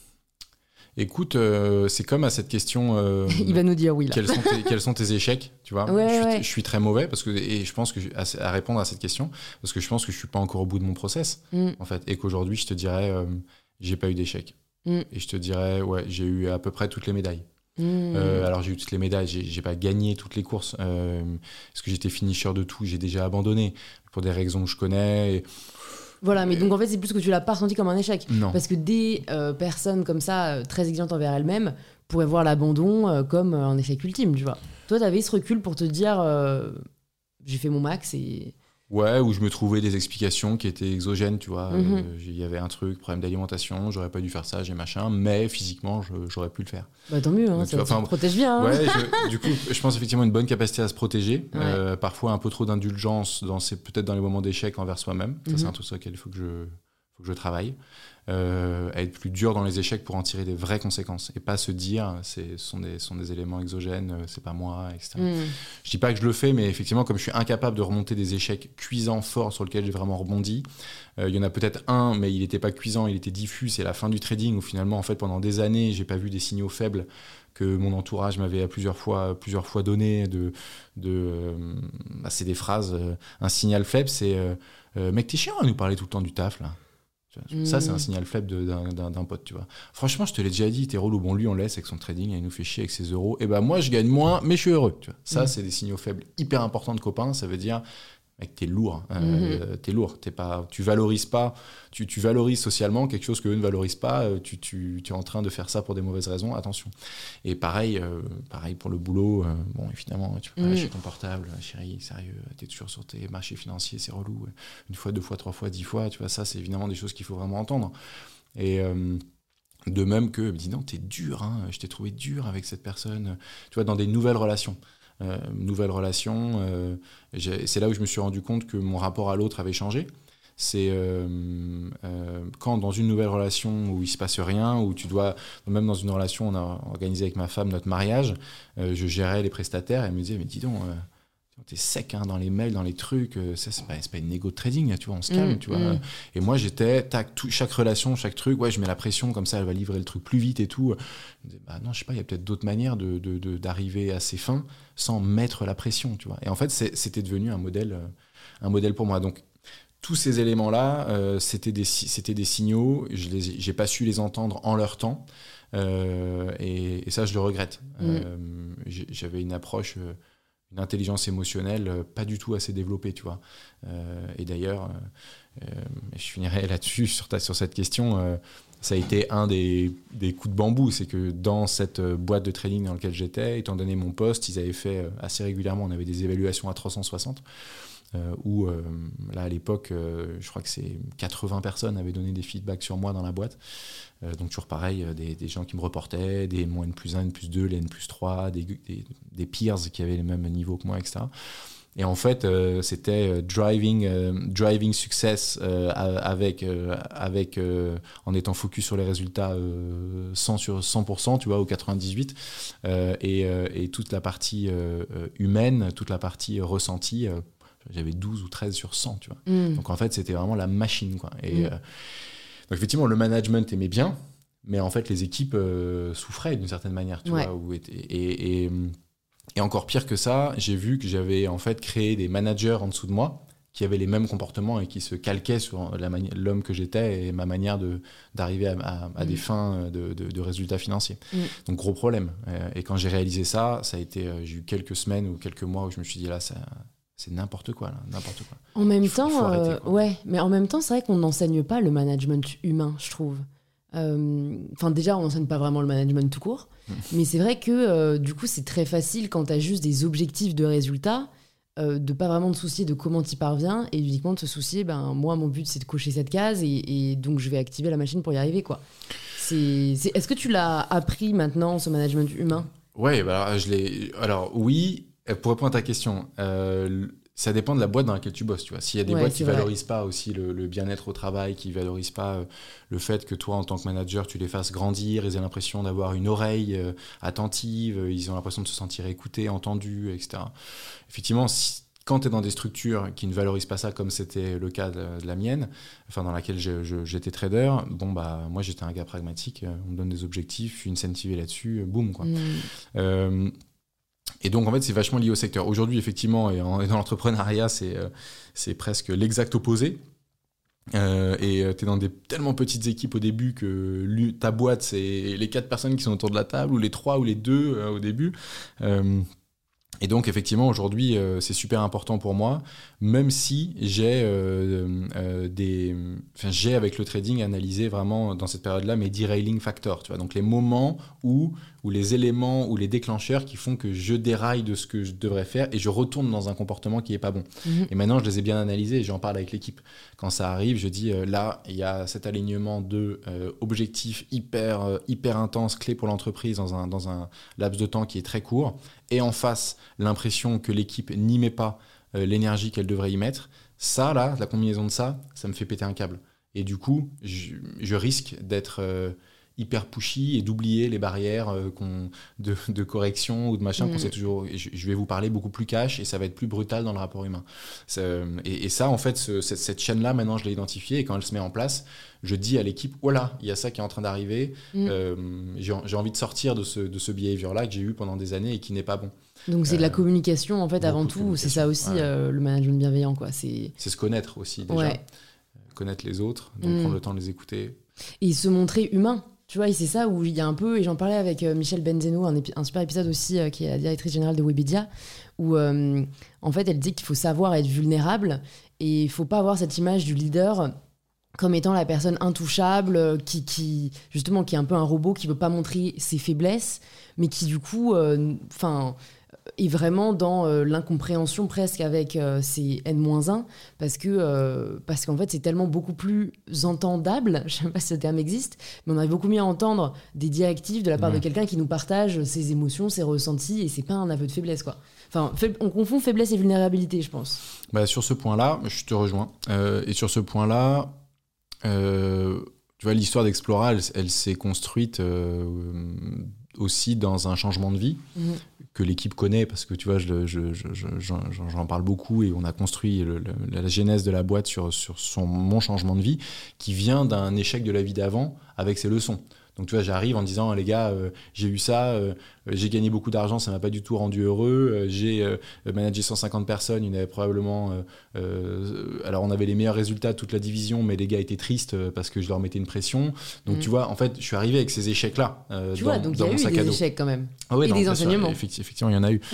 Écoute, euh, c'est comme à cette question. Euh, Il va nous dire oui là. Quels sont tes, quels sont tes échecs, tu vois ? Ouais, je, suis, ouais. je suis très mauvais parce que et je pense que à, à répondre à cette question parce que je pense que je suis pas encore au bout de mon process mm. en fait et qu'aujourd'hui je te dirais euh, j'ai pas eu d'échec mm. et je te dirais ouais j'ai eu à peu près toutes les médailles. Mm. Euh, alors j'ai eu toutes les médailles, j'ai, j'ai pas gagné toutes les courses euh, parce que j'étais finisher de tout, j'ai déjà abandonné pour des raisons que je connais. Et, Voilà, mais donc en fait, c'est plus que tu l'as pas ressenti comme un échec. Non. Parce que des euh, personnes comme ça, euh, très exigeantes envers elles-mêmes, pourraient voir l'abandon euh, comme euh, un échec ultime, tu vois. Toi, t'avais ce recul pour te dire, euh, j'ai fait mon max et... Ouais, où je me trouvais des explications qui étaient exogènes, tu vois. Mm-hmm. Euh, il y avait un truc, problème d'alimentation, j'aurais pas dû faire ça, j'ai machin, mais physiquement, je, j'aurais pu le faire. Bah tant mieux, hein, Donc, ça vois, te protège bien. Hein. Ouais, je, du coup, je pense effectivement une bonne capacité à se protéger. Ouais. Euh, parfois un peu trop d'indulgence, dans ces, peut-être dans les moments d'échec envers soi-même. Ça, Mm-hmm. c'est un truc sur lequel il faut que je, faut que je travaille. Euh, à être plus dur dans les échecs pour en tirer des vraies conséquences et pas se dire c'est, ce sont des, sont des éléments exogènes, c'est pas moi, et cetera. Mm. Je dis pas que je le fais, mais effectivement, comme je suis incapable de remonter des échecs cuisants, forts, sur lesquels j'ai vraiment rebondi, euh, il y en a peut-être un, mais il n'était pas cuisant, il était diffus. C'est la fin du trading où finalement, en fait, pendant des années, j'ai pas vu des signaux faibles que mon entourage m'avait à plusieurs fois, plusieurs fois donné. De, de, euh, bah, c'est des phrases. Euh, un signal faible, c'est euh, euh, mec, t'es chiant à nous parler tout le temps du taf là. Ça, c'est un signal faible de, d'un, d'un, d'un pote, tu vois. Franchement, je te l'ai déjà dit, t'es relou. Bon, lui, on laisse avec son trading, il nous fait chier avec ses euros. Et ben moi, je gagne moins, mais je suis heureux, tu vois. Ça, mmh. c'est des signaux faibles hyper importants de copains. Ça veut dire, mec, t'es lourd. Euh, mmh. T'es lourd. T'es pas, tu valorises pas. Tu, tu valorises socialement quelque chose qu'eux ne valorisent pas. Tu, tu, tu es en train de faire ça pour des mauvaises raisons. Attention. Et pareil, euh, pareil pour le boulot. Euh, bon, évidemment, tu peux pas mmh. lâcher ton portable, chérie. Sérieux, t'es toujours sur tes marchés financiers, c'est relou. Une fois, deux fois, trois fois, dix fois. Tu vois, ça, c'est évidemment des choses qu'il faut vraiment entendre. Et euh, de même que, me dit non, t'es dur. Hein, je t'ai trouvé dur avec cette personne. Tu vois, dans des nouvelles relations. Euh, nouvelle relation, euh, c'est là où je me suis rendu compte que mon rapport à l'autre avait changé. C'est euh, euh, quand dans une nouvelle relation où il se passe rien, où tu dois, même dans une relation, on a organisé avec ma femme notre mariage, euh, je gérais les prestataires et elle me disait mais dis donc, euh, t'es sec hein, dans les mails, dans les trucs, euh, ça c'est pas, c'est pas une négo de trading, tu vois, on se calme, mmh, tu vois. Mmh. Et moi j'étais, tac, tout, chaque relation, chaque truc, ouais, je mets la pression comme ça, elle va livrer le truc plus vite et tout. Je me disais, bah non, je sais pas, il y a peut-être d'autres manières de, de, de, d'arriver à ses fins sans mettre la pression, tu vois. Et en fait, c'est, c'était devenu un modèle, euh, un modèle pour moi. Donc tous ces éléments-là, euh, c'était, des, c'était des signaux, je les, j'ai pas su les entendre en leur temps, euh, et, et ça je le regrette. Mmh. Euh, j'avais une approche... Euh, une intelligence émotionnelle euh, pas du tout assez développée, tu vois. Euh, et d'ailleurs, euh, euh, je finirai là-dessus, sur, ta, sur cette question, euh, ça a été un des, des coups de bambou, c'est que dans cette boîte de trading dans laquelle j'étais, étant donné mon poste, ils avaient fait assez régulièrement, on avait des évaluations à trois cent soixante, euh, où euh, là à l'époque, euh, je crois que c'est quatre-vingts personnes avaient donné des feedbacks sur moi dans la boîte. Euh, donc toujours pareil, des, des gens qui me reportaient, des moins N plus un, N plus deux, les N plus trois, des, des, des peers qui avaient le même niveau que moi, et cetera. Et en fait, euh, c'était driving, euh, driving success euh, avec, euh, avec, euh, en étant focus sur les résultats euh, cent sur cent pour cent, tu vois, au quatre-vingt-dix-huit, euh, et, euh, et toute la partie euh, humaine, toute la partie ressentie, euh, j'avais douze ou treize sur cent, tu vois. Mm. Donc en fait, c'était vraiment la machine, quoi. Et, mm. euh, donc effectivement, le management aimait bien, mais en fait, les équipes euh, souffraient d'une certaine manière, tu ouais. vois. Où était, et, et, et encore pire que ça, j'ai vu que j'avais en fait créé des managers en dessous de moi qui avaient les mêmes comportements et qui se calquaient sur la mani- l'homme que j'étais et ma manière de, d'arriver à, à, à mmh. des fins de, de, de résultats financiers. Mmh. Donc gros problème. Et quand j'ai réalisé ça, ça a été, j'ai eu quelques semaines ou quelques mois où je me suis dit là, ça... c'est n'importe quoi, là, n'importe quoi. En même faut, temps, faut arrêter, euh, ouais, mais en même temps, c'est vrai qu'on n'enseigne pas le management humain, je trouve. Enfin, euh, déjà, on n'enseigne pas vraiment le management tout court, mmh. mais c'est vrai que euh, du coup, c'est très facile quand tu as juste des objectifs de résultats, euh, de pas vraiment te soucier de comment tu y parviens et uniquement de te soucier, ben moi, mon but, c'est de cocher cette case et, et donc je vais activer la machine pour y arriver, quoi. C'est, c'est... Est-ce que tu l'as appris maintenant, ce management humain ? Ouais, bah alors, je l'ai... alors oui, pour répondre à ta question, euh, ça dépend de la boîte dans laquelle tu bosses. Tu vois. S'il y a des Ouais, boîtes qui ne vrai. valorisent pas aussi le, le bien-être au travail, qui ne valorisent pas euh, le fait que toi, en tant que manager, tu les fasses grandir, ils ont l'impression d'avoir une oreille euh, attentive, euh, ils ont l'impression de se sentir écoutés, entendus, et cetera. Effectivement, si, quand tu es dans des structures qui ne valorisent pas ça, comme c'était le cas de, de la mienne, enfin dans laquelle je, je, j'étais trader, bon, bah, moi, j'étais un gars pragmatique, euh, on me donne des objectifs, je suis incentivé là-dessus, euh, boum, quoi. Mmh. Euh, Et donc, en fait, c'est vachement lié au secteur. Aujourd'hui, effectivement, et, en, et dans l'entrepreneuriat, c'est, euh, c'est presque l'exact opposé. Euh, et tu es dans des tellement petites équipes au début que ta boîte, c'est les quatre personnes qui sont autour de la table, ou les trois, ou les deux euh, au début. Euh, et donc, effectivement, aujourd'hui, euh, c'est super important pour moi, même si j'ai, euh, euh, des, enfin, j'ai avec le trading analysé vraiment dans cette période-là mes derailing factors. Tu vois, donc les moments où, où les éléments ou les déclencheurs qui font que je déraille de ce que je devrais faire et je retourne dans un comportement qui n'est pas bon. Mmh. Et maintenant, je les ai bien analysés et j'en parle avec l'équipe. Quand ça arrive, je dis, euh, là, il y a cet alignement de euh, objectifs hyper, euh, hyper intenses, clés pour l'entreprise dans un, dans un laps de temps qui est très court. Et en face, l'impression que l'équipe n'y met pas euh, l'énergie qu'elle devrait y mettre. Ça, là, la combinaison de ça, ça me fait péter un câble. Et du coup, je, je risque d'être euh, hyper pushy et d'oublier les barrières euh, qu'on, de, de correction ou de machin mmh. qu'on sait toujours. Et je, je vais vous parler beaucoup plus cash et ça va être plus brutal dans le rapport humain. Et, et ça, en fait, ce, cette, cette chaîne-là, maintenant, je l'ai identifiée et quand elle se met en place, je dis à l'équipe, voilà, il y a ça qui est en train d'arriver. Mmh. Euh, j'ai, j'ai envie de sortir de ce, de ce behavior-là que j'ai eu pendant des années et qui n'est pas bon. Donc c'est euh, de la communication, en fait, avant tout. C'est ça aussi, ouais. euh, le management bienveillant, quoi. C'est... c'est se connaître aussi, déjà. Ouais. Connaître les autres, donc mmh. prendre le temps de les écouter. Et se montrer humain. Tu vois, et c'est ça où il y a un peu, et j'en parlais avec euh, Michel Benzeno, un, épi- un super épisode aussi, euh, qui est la directrice générale de Webedia, où euh, en fait elle dit qu'il faut savoir être vulnérable et il faut pas avoir cette image du leader comme étant la personne intouchable, qui, qui justement qui est un peu un robot qui veut pas montrer ses faiblesses, mais qui du coup, enfin. Euh, est vraiment dans euh, l'incompréhension presque avec euh, ses N moins un parce que euh, parce qu'en fait c'est tellement beaucoup plus entendable, je sais pas si ce terme existe, mais on arrive beaucoup mieux à entendre des directives de la part mmh. de quelqu'un qui nous partage ses émotions, ses ressentis, et c'est pas un aveu de faiblesse, quoi. Enfin, faib- on confond faiblesse et vulnérabilité, je pense. Bah, sur ce point-là, je te rejoins. Euh, et sur ce point-là, euh, tu vois, l'histoire d'Explora, elle, elle s'est construite euh, aussi dans un changement de vie. Mmh. que l'équipe connaît, parce que tu vois, je, je, je, je, j'en, j'en parle beaucoup et on a construit le, le, la genèse de la boîte sur, sur son, mon changement de vie qui vient d'un échec de la vie d'avant avec ses leçons. Donc tu vois, j'arrive en disant, les gars, euh, j'ai eu ça, euh, j'ai gagné beaucoup d'argent, ça m'a pas du tout rendu heureux, euh, j'ai euh, managé cent cinquante personnes, il y en avait probablement... Euh, euh, alors on avait les meilleurs résultats de toute la division, mais les gars étaient tristes parce que je leur mettais une pression. Donc mmh. tu vois, en fait, je suis arrivé avec ces échecs-là euh, tu dans, vois, donc dans il y a mon eu sac des à dos. échecs quand même, ah ouais, et non, des enseignements. Sûr, effectivement, il y en a eu.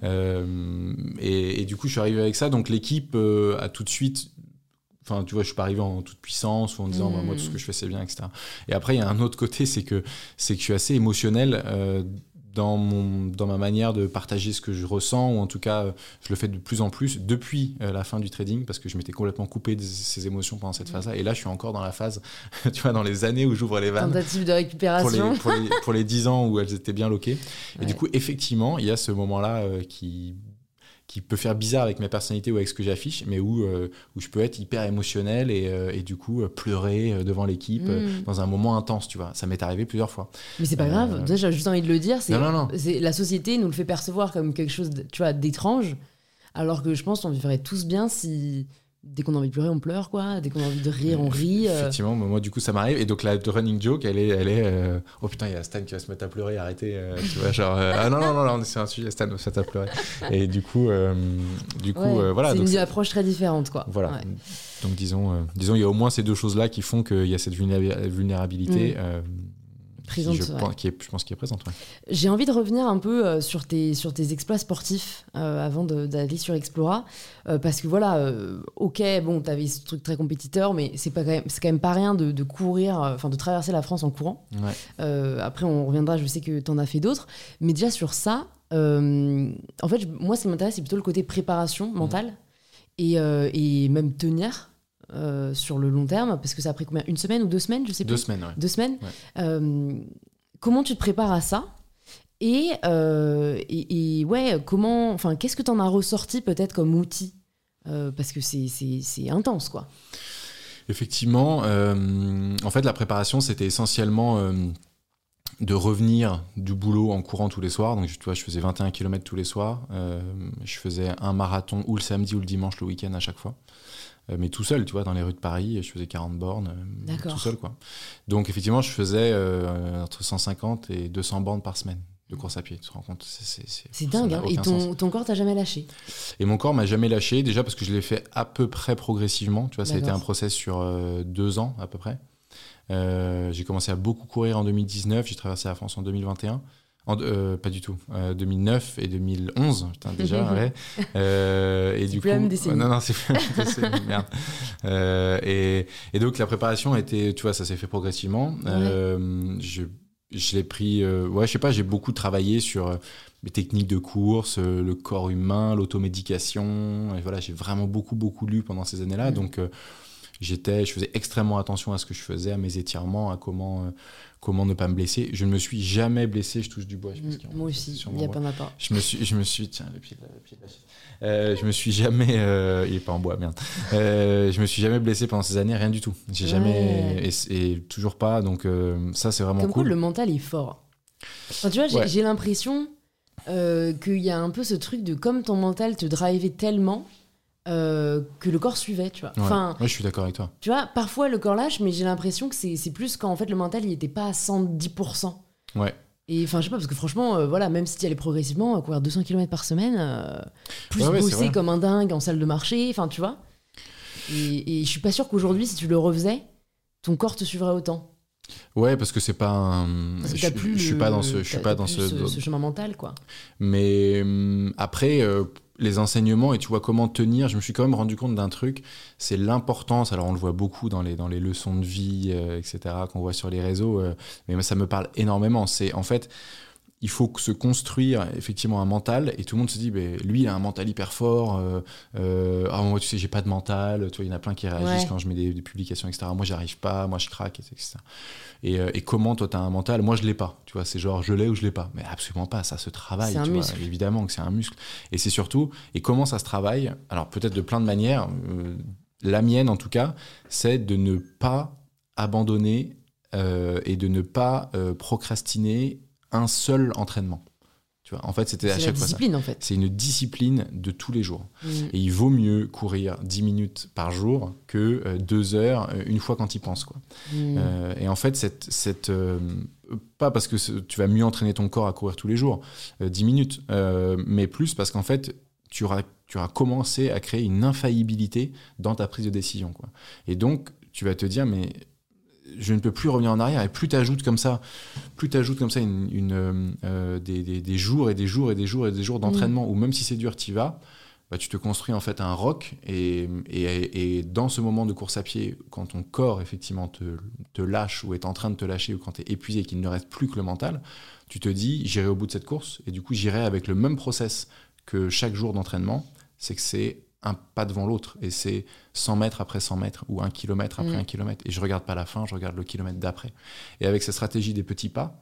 euh, et, et du coup, je suis arrivé avec ça, donc l'équipe euh, a tout de suite... Enfin, tu vois, je suis pas arrivé en toute puissance ou en disant, mmh. bah, moi, tout ce que je fais, c'est bien, et cetera. Et après, il y a un autre côté, c'est que, c'est que je suis assez émotionnel euh, dans, mon, dans ma manière de partager ce que je ressens, ou en tout cas, je le fais de plus en plus depuis euh, la fin du trading, parce que je m'étais complètement coupé de ces émotions pendant cette mmh. phase-là. Et là, je suis encore dans la phase, tu vois, dans les années où j'ouvre les vannes. Tentative de récupération. Pour les, pour les, pour les dix ans où elles étaient bien loquées. Et ouais. du coup, effectivement, il y a ce moment-là euh, qui... qui peut faire bizarre avec ma personnalité ou avec ce que j'affiche, mais où, euh, où je peux être hyper émotionnel et, euh, et du coup euh, pleurer euh, devant l'équipe mmh. euh, dans un moment intense, tu vois. Ça m'est arrivé plusieurs fois. Mais c'est pas euh... grave, déjà j'ai juste envie de le dire, c'est, non, non, non. c'est la société nous le fait percevoir comme quelque chose de, tu vois, d'étrange, alors que je pense qu'on vivrait tous bien si... Dès qu'on a envie de pleurer, on pleure, quoi. Dès qu'on a envie de rire, on rit. Euh... Effectivement, moi, du coup, ça m'arrive. Et donc, la running joke, elle est... Elle est euh... Oh putain, il y a Stan qui va se mettre à pleurer, arrêtez. Euh, tu vois, genre... Euh... Ah non, non, non, non, c'est un sujet, Stan va se mettre à pleurer. Et du coup, euh... du coup ouais, euh, voilà. C'est donc, une c'est... approche très différente, quoi. Voilà. Ouais. Donc, disons, euh... disons, il y a au moins ces deux choses-là qui font qu'il y a cette vulnérabilité... Mmh. Euh... Présente, qui, je, ouais. pense, qui est, je pense qu'il est présente. Ouais. J'ai envie de revenir un peu euh, sur, tes, sur tes exploits sportifs euh, avant de, d'aller sur Explora. Euh, parce que voilà, euh, ok, bon, tu avais ce truc très compétiteur, mais c'est, pas quand, même, c'est quand même pas rien de, de courir, enfin de traverser la France en courant. Ouais. Euh, après, on reviendra, je sais que tu en as fait d'autres. Mais déjà sur ça, euh, en fait, je, moi, ce qui m'intéresse, c'est plutôt le côté préparation mentale mmh. et, euh, et même tenir. Euh, sur le long terme, parce que ça a pris combien ? Une semaine ou deux semaines, je sais plus. Deux semaines, ouais. Deux semaines. Ouais. Euh, comment tu te prépares à ça ? Et, euh, et, et ouais, comment, enfin, qu'est-ce que t'en as ressorti peut-être comme outil euh, parce que c'est, c'est, c'est intense, quoi. Effectivement, euh, en fait, la préparation, c'était essentiellement euh, de revenir du boulot en courant tous les soirs. Donc, tu vois, je faisais vingt et un kilomètres tous les soirs. Euh, je faisais un marathon ou le samedi ou le dimanche, le week-end à chaque fois. Euh, mais tout seul, tu vois, dans les rues de Paris. Je faisais quarante bornes, euh, tout seul, quoi. Donc, effectivement, je faisais euh, entre cent cinquante et deux cents bornes par semaine de course à pied. Tu te rends compte, c'est, c'est, c'est, c'est dingue, hein. Et ton, ton corps t'a jamais lâché? Et mon corps m'a jamais lâché, déjà parce que je l'ai fait à peu près progressivement. Tu vois, ça D'accord. a été un process sur euh, deux ans à peu près. Euh, j'ai commencé à beaucoup courir en deux mille dix-neuf, j'ai traversé la France en deux mille vingt et un. En, euh, pas du tout. Euh, deux mille neuf et deux mille onze, putain, déjà, ouais. Euh, et c'est du plus coup, la même décennie. Non, non, c'est plus la même décennie, merde. Euh, et, et donc, la préparation a été, tu vois, ça s'est fait progressivement. Ouais. Euh, je, je l'ai pris, euh, ouais, je sais pas, j'ai beaucoup travaillé sur euh, les techniques de course, euh, le corps humain, l'automédication. Et voilà, j'ai vraiment beaucoup, beaucoup lu pendant ces années-là. Mmh. Donc, euh, j'étais, je faisais extrêmement attention à ce que je faisais, à mes étirements, à comment, euh, comment ne pas me blesser. Je ne me suis jamais blessé, je touche du bois. Je pense mmh, moi aussi, il n'y a pas ma part. Je me suis, je me suis, tiens, le pied de la, le pied de la chaise. Euh, je me suis jamais, euh, il est pas en bois, merde. Euh, je me suis jamais blessé pendant ces années, rien du tout. J'ai ouais. jamais, et, et toujours pas. Donc euh, ça, c'est vraiment Comme cool. Comme le mental est fort. Enfin, tu vois, j'ai, ouais. j'ai l'impression euh, qu'il y a un peu ce truc de comme ton mental te drivait tellement. Euh, que le corps suivait, tu vois. Ouais. Enfin, ouais, je suis d'accord avec toi. Tu vois, parfois le corps lâche, mais j'ai l'impression que c'est, c'est plus quand en fait le mental il était pas à cent dix pour cent. Ouais. Et enfin, je sais pas, parce que franchement, euh, voilà, même si tu y allais progressivement, courir deux cents kilomètres par semaine, euh, plus ouais, ouais, bosser comme un dingue en salle de marché, enfin, tu vois. Et, et je suis pas sûre qu'aujourd'hui, si tu le refaisais, ton corps te suivrait autant. Ouais, parce que c'est pas un. Parce que je, plus je suis le... pas dans ce, je suis t'as, pas t'as dans ce... ce, ce chemin mental, quoi. Mais euh, après. Euh, les enseignements et tu vois comment tenir, je me suis quand même rendu compte d'un truc, c'est l'importance, alors on le voit beaucoup dans les, dans les leçons de vie, euh, et cetera, qu'on voit sur les réseaux, euh, mais ça me parle énormément. C'est en fait, il faut se construire effectivement un mental et tout le monde se dit, bah, lui il a un mental hyper fort, euh, euh, ah moi tu sais j'ai pas de mental, tu vois, il y en a plein qui réagissent ouais. quand je mets des, des publications, et cetera. Moi j'arrive pas, moi je craque, et cetera. Et, euh, et comment toi t'as un mental? Moi je l'ai pas, tu vois, c'est genre je l'ai ou je l'ai pas, mais absolument pas, ça se travaille, c'est un tu muscle. vois, évidemment que c'est un muscle. Et c'est surtout, et comment ça se travaille? Alors peut-être de plein de manières, euh, la mienne en tout cas, c'est de ne pas abandonner euh, et de ne pas euh, procrastiner un seul entraînement. Tu vois, en fait, c'était c'est à chaque fois ça. C'est une discipline, en fait. C'est une discipline de tous les jours. Mmh. Et il vaut mieux courir dix minutes par jour que euh, deux heures euh, une fois quand il pense, quoi. Mmh. Euh, et en fait, cette, cette, euh, pas parce que tu vas mieux entraîner ton corps à courir tous les jours, euh, dix minutes, euh, mais plus parce qu'en fait, tu auras, tu auras commencé à créer une infaillibilité dans ta prise de décision, quoi. Et donc, tu vas te dire, mais je ne peux plus revenir en arrière. Et plus tu ajoutes comme ça, plus tu ajoutes comme ça une, une, euh, des, des, des jours et des jours et des jours et des jours d'entraînement, mmh. où même si c'est dur, tu y vas, bah, tu te construis en fait un roc. Et, et, et dans ce moment de course à pied, quand ton corps effectivement te, te lâche ou est en train de te lâcher, ou quand tu es épuisé et qu'il ne reste plus que le mental, tu te dis, j'irai au bout de cette course. Et du coup, j'irai avec le même process que chaque jour d'entraînement. C'est que c'est un pas devant l'autre, et c'est cent mètres après cent mètres ou un kilomètre après mmh. un kilomètre, et je regarde pas la fin, je regarde le kilomètre d'après. Et avec cette stratégie des petits pas,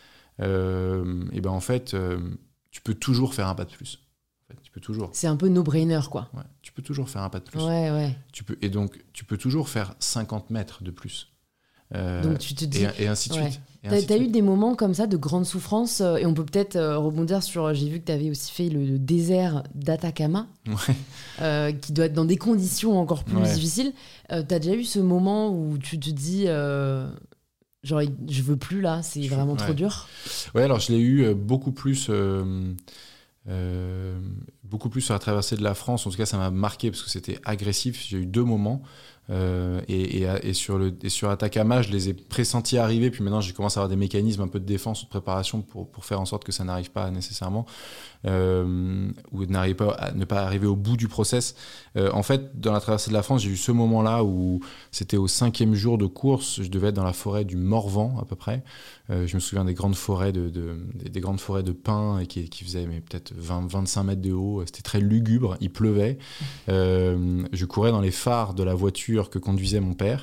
euh, et ben en fait euh, tu peux toujours faire un pas de plus. En fait, tu peux toujours. C'est un peu no-brainer, quoi. Ouais, tu peux toujours faire un pas de plus. Ouais, ouais. Tu peux, et donc tu peux toujours faire cinquante mètres de plus. Euh, donc tu te dis, et, et ainsi de ouais. suite. Et t'as, ainsi t'as de eu suite. des moments comme ça de grande souffrance, euh, et on peut peut-être euh, rebondir sur, j'ai vu que tu avais aussi fait le, le désert d'Atacama, ouais. euh, qui doit être dans des conditions encore plus ouais. difficiles. Euh, t'as déjà eu ce moment où tu te dis, euh, genre je veux plus là, c'est je, vraiment ouais. trop dur? Ouais, alors je l'ai eu beaucoup plus... Euh, euh, beaucoup plus sur la traversée de la France. En tout cas, ça m'a marqué parce que c'était agressif. J'ai eu deux moments. Euh, et, et, et, sur le, et sur Atacama, je les ai pressentis arriver, puis maintenant j'ai commencé à avoir des mécanismes un peu de défense ou de préparation pour, pour faire en sorte que ça n'arrive pas nécessairement, euh, ou n'arrive pas à ne pas arriver au bout du process. Euh, en fait, dans la traversée de la France, j'ai eu ce moment-là où c'était au cinquième jour de course, je devais être dans la forêt du Morvan à peu près. Euh, je me souviens des grandes forêts de, de, des, des grandes forêts de pins et qui, qui faisaient mais peut-être vingt à vingt-cinq mètres de haut. C'était très lugubre, il pleuvait. Euh, je courais dans les phares de la voiture que conduisait mon père.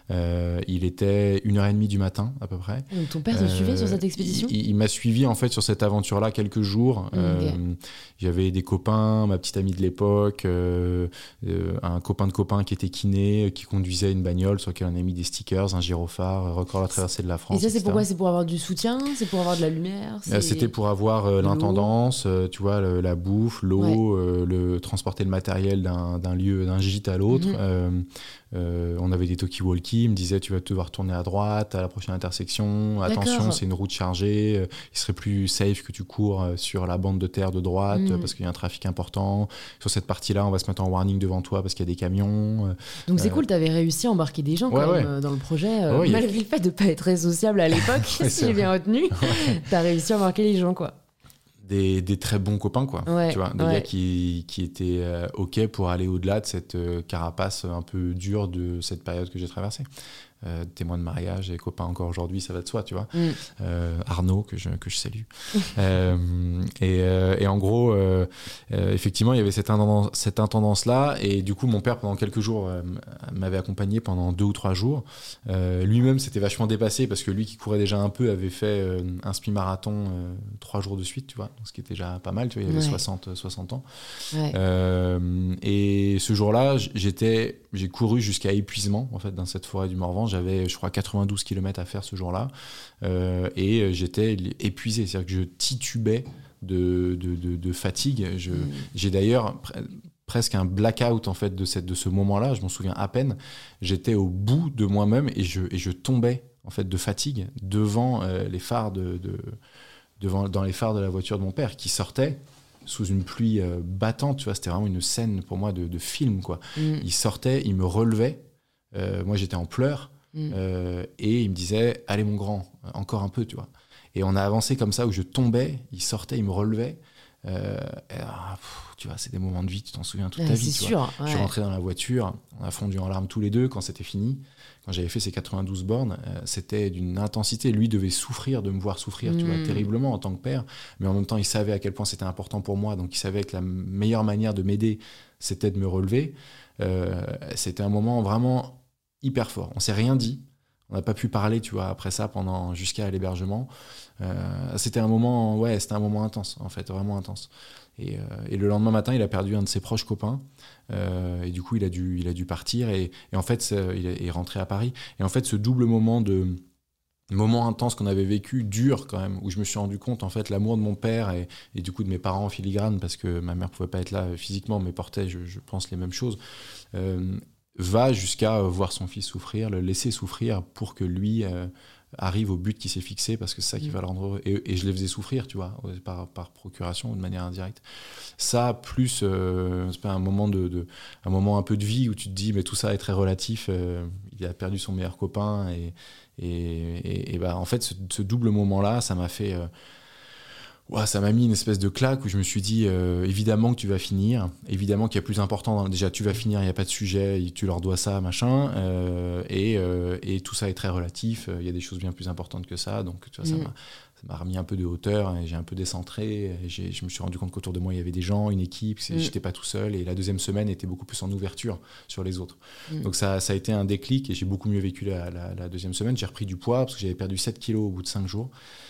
Euh, il était une heure trente du matin à peu près. Donc ton père te euh, suivait sur cette expédition ? Il, il m'a suivi en fait sur cette aventure-là quelques jours. Okay. Euh, j'avais des copains, ma petite amie de l'époque, euh, euh, un copain de copain qui était kiné, qui conduisait une bagnole sur laquelle on a mis des stickers, un gyrophare, record la traversée de la France. Et ça, c'est et cetera. Pourquoi ? C'est pour avoir du soutien ? C'est pour avoir de la lumière ? C'est... C'était pour avoir euh, l'intendance, euh, tu vois, le, la bouffe, l'eau, ouais. euh, le transporter le matériel d'un, d'un lieu, d'un gîte à l'autre. Mm-hmm. Euh, euh, on avait des talkie-walkie, il me disait tu vas devoir tourner à droite à la prochaine intersection, D'accord. attention c'est une route chargée, euh, il serait plus safe que tu cours euh, sur la bande de terre de droite mm. euh, parce qu'il y a un trafic important, sur cette partie-là on va se mettre en warning devant toi parce qu'il y a des camions. Euh, Donc c'est euh... cool, t'avais réussi à embarquer des gens ouais, quand ouais. même dans le projet, euh, ouais, malgré a... le fait de pas être très sociable à l'époque, ouais, si j'ai bien retenu, ouais. T'as réussi à embarquer les gens quoi. Des, des très bons copains, quoi. Ouais, tu vois, des ouais. gars qui, qui étaient euh, OK pour aller au-delà de cette euh, carapace un peu dure de cette période que j'ai traversée. Euh, témoin de mariage et copain encore aujourd'hui, ça va de soi, tu vois. Mm. Euh, Arnaud, que je, que je salue. euh, et, euh, et en gros, euh, euh, effectivement, il y avait cette, intendance, cette intendance-là. Et du coup, mon père, pendant quelques jours, euh, m'avait accompagné pendant deux ou trois jours. Euh, lui-même s'était vachement dépassé parce que lui, qui courait déjà un peu, avait fait euh, un semi-marathon euh, trois jours de suite, tu vois. Donc, ce qui était déjà pas mal, tu vois. Il avait ouais. soixante ans. Ouais. Euh, et ce jour-là, j'étais, j'ai couru jusqu'à épuisement, en fait, dans cette forêt du Morvan. J'avais, je crois, quatre-vingt-douze kilomètres à faire ce jour-là. Euh, et j'étais épuisé. C'est-à-dire que je titubais de, de, de, de fatigue. Je, mmh. J'ai d'ailleurs pre- presque un blackout en fait, de, cette, de ce moment-là. Je m'en souviens à peine. J'étais au bout de moi-même et je, et je tombais en fait, de fatigue devant, euh, les phares de, de, devant, dans les phares de la voiture de mon père qui sortait sous une pluie euh, battante. Tu vois, c'était vraiment une scène pour moi de, de film, quoi. Mmh. Il sortait, il me relevait. Euh, moi, j'étais en pleurs. Mmh. Euh, et il me disait allez mon grand, encore un peu, tu vois. Et on a avancé comme ça où je tombais, il sortait, il me relevait. Euh, et, ah, pff, tu vois, c'est des moments de vie, tu t'en souviens toute ouais, ta vie. C'est tu sûr, vois. ouais. Je suis rentré dans la voiture, on a fondu en larmes tous les deux quand c'était fini. Quand j'avais fait ces quatre-vingt-douze bornes, euh, c'était d'une intensité. Lui devait souffrir de me voir souffrir, mmh. tu vois, terriblement en tant que père. Mais en même temps, il savait à quel point c'était important pour moi. Donc, il savait que la meilleure manière de m'aider, c'était de me relever. Euh, c'était un moment vraiment hyper fort. On s'est rien dit. On n'a pas pu parler, tu vois, après ça, pendant jusqu'à l'hébergement. Euh, c'était un moment, ouais, c'était un moment intense, en fait, vraiment intense. Et, euh, et le lendemain matin, il a perdu un de ses proches copains. Euh, et du coup, il a dû, il a dû partir. Et, et en fait, il est rentré à Paris. Et en fait, ce double moment de moment intense qu'on avait vécu, dur quand même, où je me suis rendu compte, en fait, l'amour de mon père et, et du coup de mes parents en filigrane, parce que ma mère pouvait pas être là physiquement, mais portait, je, je pense, les mêmes choses. Euh, va jusqu'à voir son fils souffrir, le laisser souffrir pour que lui euh, arrive au but qu'il s'est fixé, parce que c'est ça qui va le rendre heureux. Et, et je les faisais souffrir, tu vois, par, par procuration ou de manière indirecte. Ça, plus euh, c'est pas un moment de, de, un moment un peu de vie où tu te dis, mais tout ça est très relatif. Euh, il a perdu son meilleur copain et, et, et, et bah, en fait, ce, ce double moment-là, ça m'a fait... Euh, Ouais, ça m'a mis une espèce de claque où je me suis dit euh, évidemment que tu vas finir, évidemment qu'il y a plus important, dans, déjà tu vas finir, il n'y a pas de sujet, tu leur dois ça, machin, euh, et, euh, et tout ça est très relatif, il y a des choses bien plus importantes que ça, donc tu vois, mmh. ça, m'a, ça m'a remis un peu de hauteur, et j'ai un peu décentré, et j'ai, je me suis rendu compte qu'autour de moi il y avait des gens, une équipe, mmh. j'étais pas tout seul, et la deuxième semaine était beaucoup plus en ouverture sur les autres. Mmh. Donc ça, ça a été un déclic, et j'ai beaucoup mieux vécu la, la, la deuxième semaine, j'ai repris du poids, parce que j'avais perdu sept kilos au bout de cinq jours.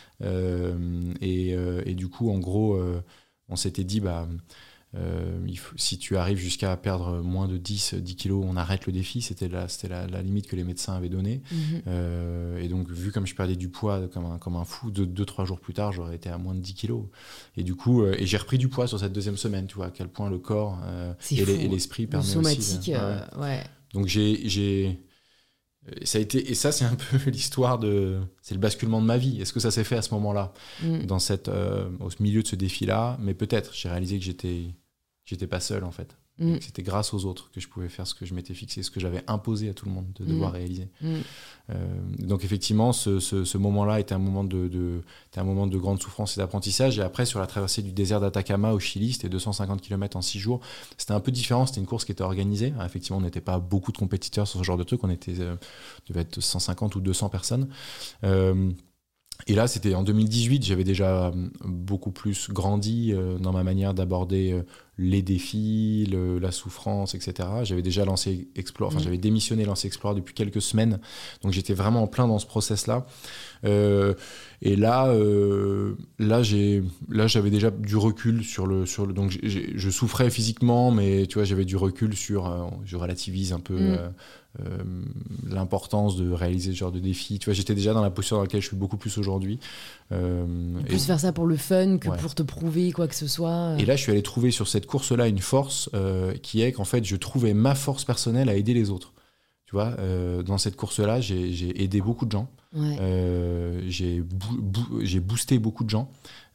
Euh, et, euh, et du coup, en gros, euh, on s'était dit, bah, euh, il faut, si tu arrives jusqu'à perdre moins de dix kilos, on arrête le défi. C'était la, c'était la, la limite que les médecins avaient donnée. Mmh. Euh, et donc, vu comme je perdais du poids comme un, comme un fou, deux, deux, trois jours plus tard, j'aurais été à moins de dix kilos. Et du coup, euh, et j'ai repris du poids sur cette deuxième semaine, tu vois, à quel point le corps euh, et, les, et l'esprit permet aussi. Somatique, euh, ouais. ouais. Donc, j'ai... j'ai Ça a été, et ça, c'est un peu l'histoire de... C'est le basculement de ma vie. Est-ce que ça s'est fait à ce moment-là, mmh. dans cette, euh, au milieu de ce défi-là? Mais peut-être. J'ai réalisé que j'étais, j'étais pas seul, en fait. Mmh. Que c'était grâce aux autres que je pouvais faire ce que je m'étais fixé, ce que j'avais imposé à tout le monde de devoir mmh. réaliser. Mmh. Euh, donc, effectivement, ce, ce, ce moment-là était un moment de, de, était un moment de grande souffrance et d'apprentissage. Et après, sur la traversée du désert d'Atacama au Chili, c'était deux cent cinquante kilomètres en six jours. C'était un peu différent. C'était une course qui était organisée. Alors, effectivement, on n'était pas beaucoup de compétiteurs sur ce genre de truc. On était, euh, devait être cent cinquante ou deux cents personnes. Euh, Et là, c'était en deux mille dix-huit, j'avais déjà beaucoup plus grandi euh, dans ma manière d'aborder euh, les défis, le, la souffrance, et cetera. J'avais déjà lancé Explore, enfin, mmh. j'avais démissionné Lancé Explore depuis quelques semaines, donc j'étais vraiment en plein dans ce process-là. Euh, et là, euh, là, j'ai, là, j'avais déjà du recul sur le, sur le, donc j'ai, je souffrais physiquement, mais tu vois, j'avais du recul sur, euh, je relativise un peu. Mmh. Euh, Euh, l'importance de réaliser ce genre de défi. Tu vois, j'étais déjà dans la posture dans laquelle je suis beaucoup plus aujourd'hui. Euh, plus et... faire ça pour le fun que ouais. pour te prouver quoi que ce soit. Et là, je suis allé trouver sur cette course-là une force euh, qui est qu'en fait, je trouvais ma force personnelle à aider les autres. Tu vois, euh, dans cette course-là, j'ai, j'ai aidé beaucoup de gens. Ouais. Euh, j'ai, bou- bou- j'ai boosté beaucoup de gens.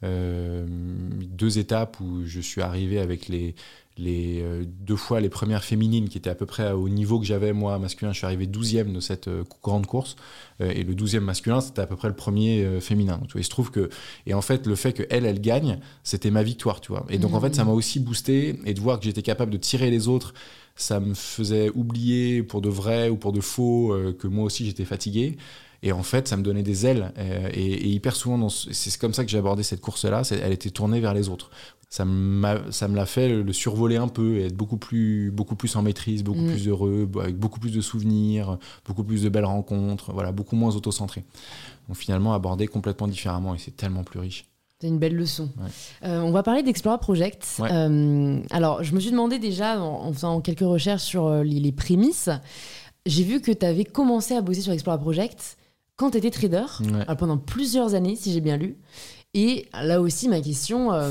Euh, deux étapes où je suis arrivé avec les Les, euh, deux fois les premières féminines qui étaient à peu près au niveau que j'avais moi masculin, je suis arrivé douzième de cette euh, grande course euh, et le douzième masculin c'était à peu près le premier euh, féminin. Donc, tu vois, il se trouve que et en fait le fait que elle elle gagne c'était ma victoire, tu vois. Et donc mmh. en fait ça m'a aussi boosté et de voir que j'étais capable de tirer les autres, ça me faisait oublier pour de vrai ou pour de faux euh, que moi aussi j'étais fatigué. Et en fait, ça me donnait des ailes. Euh, et, et hyper souvent, dans ce, c'est comme ça que j'ai abordé cette course-là. C'est, elle était tournée vers les autres. Ça, m'a, ça me l'a fait le, le survoler un peu et être beaucoup plus, beaucoup plus en maîtrise, beaucoup mmh. plus heureux, avec beaucoup plus de souvenirs, beaucoup plus de belles rencontres, voilà, beaucoup moins autocentré. Donc finalement, aborder complètement différemment et c'est tellement plus riche. C'est une belle leçon. Ouais. Euh, on va parler d'Explora Project. Ouais. Euh, alors, je me suis demandé déjà, en, en faisant quelques recherches sur les, les prémices, j'ai vu que tu avais commencé à bosser sur Explora Project quand tu étais trader, ouais. alors pendant plusieurs années, si j'ai bien lu. Et là aussi, ma question, euh,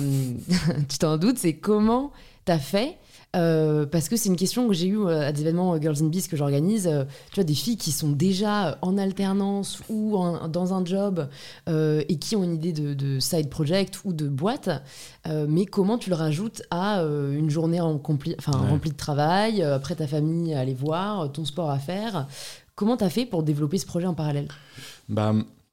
tu t'en doutes, c'est comment tu as fait euh, parce que c'est une question que j'ai eue à des événements Girls in Biz que j'organise. Euh, tu vois, des filles qui sont déjà en alternance ou en, dans un job euh, et qui ont une idée de, de side project ou de boîte. Euh, mais comment tu le rajoutes à euh, une journée remplie, enfin, ouais. remplie de travail, euh, après ta famille à aller voir, ton sport à faire. Comment tu as fait pour développer ce projet en parallèle ? Bah,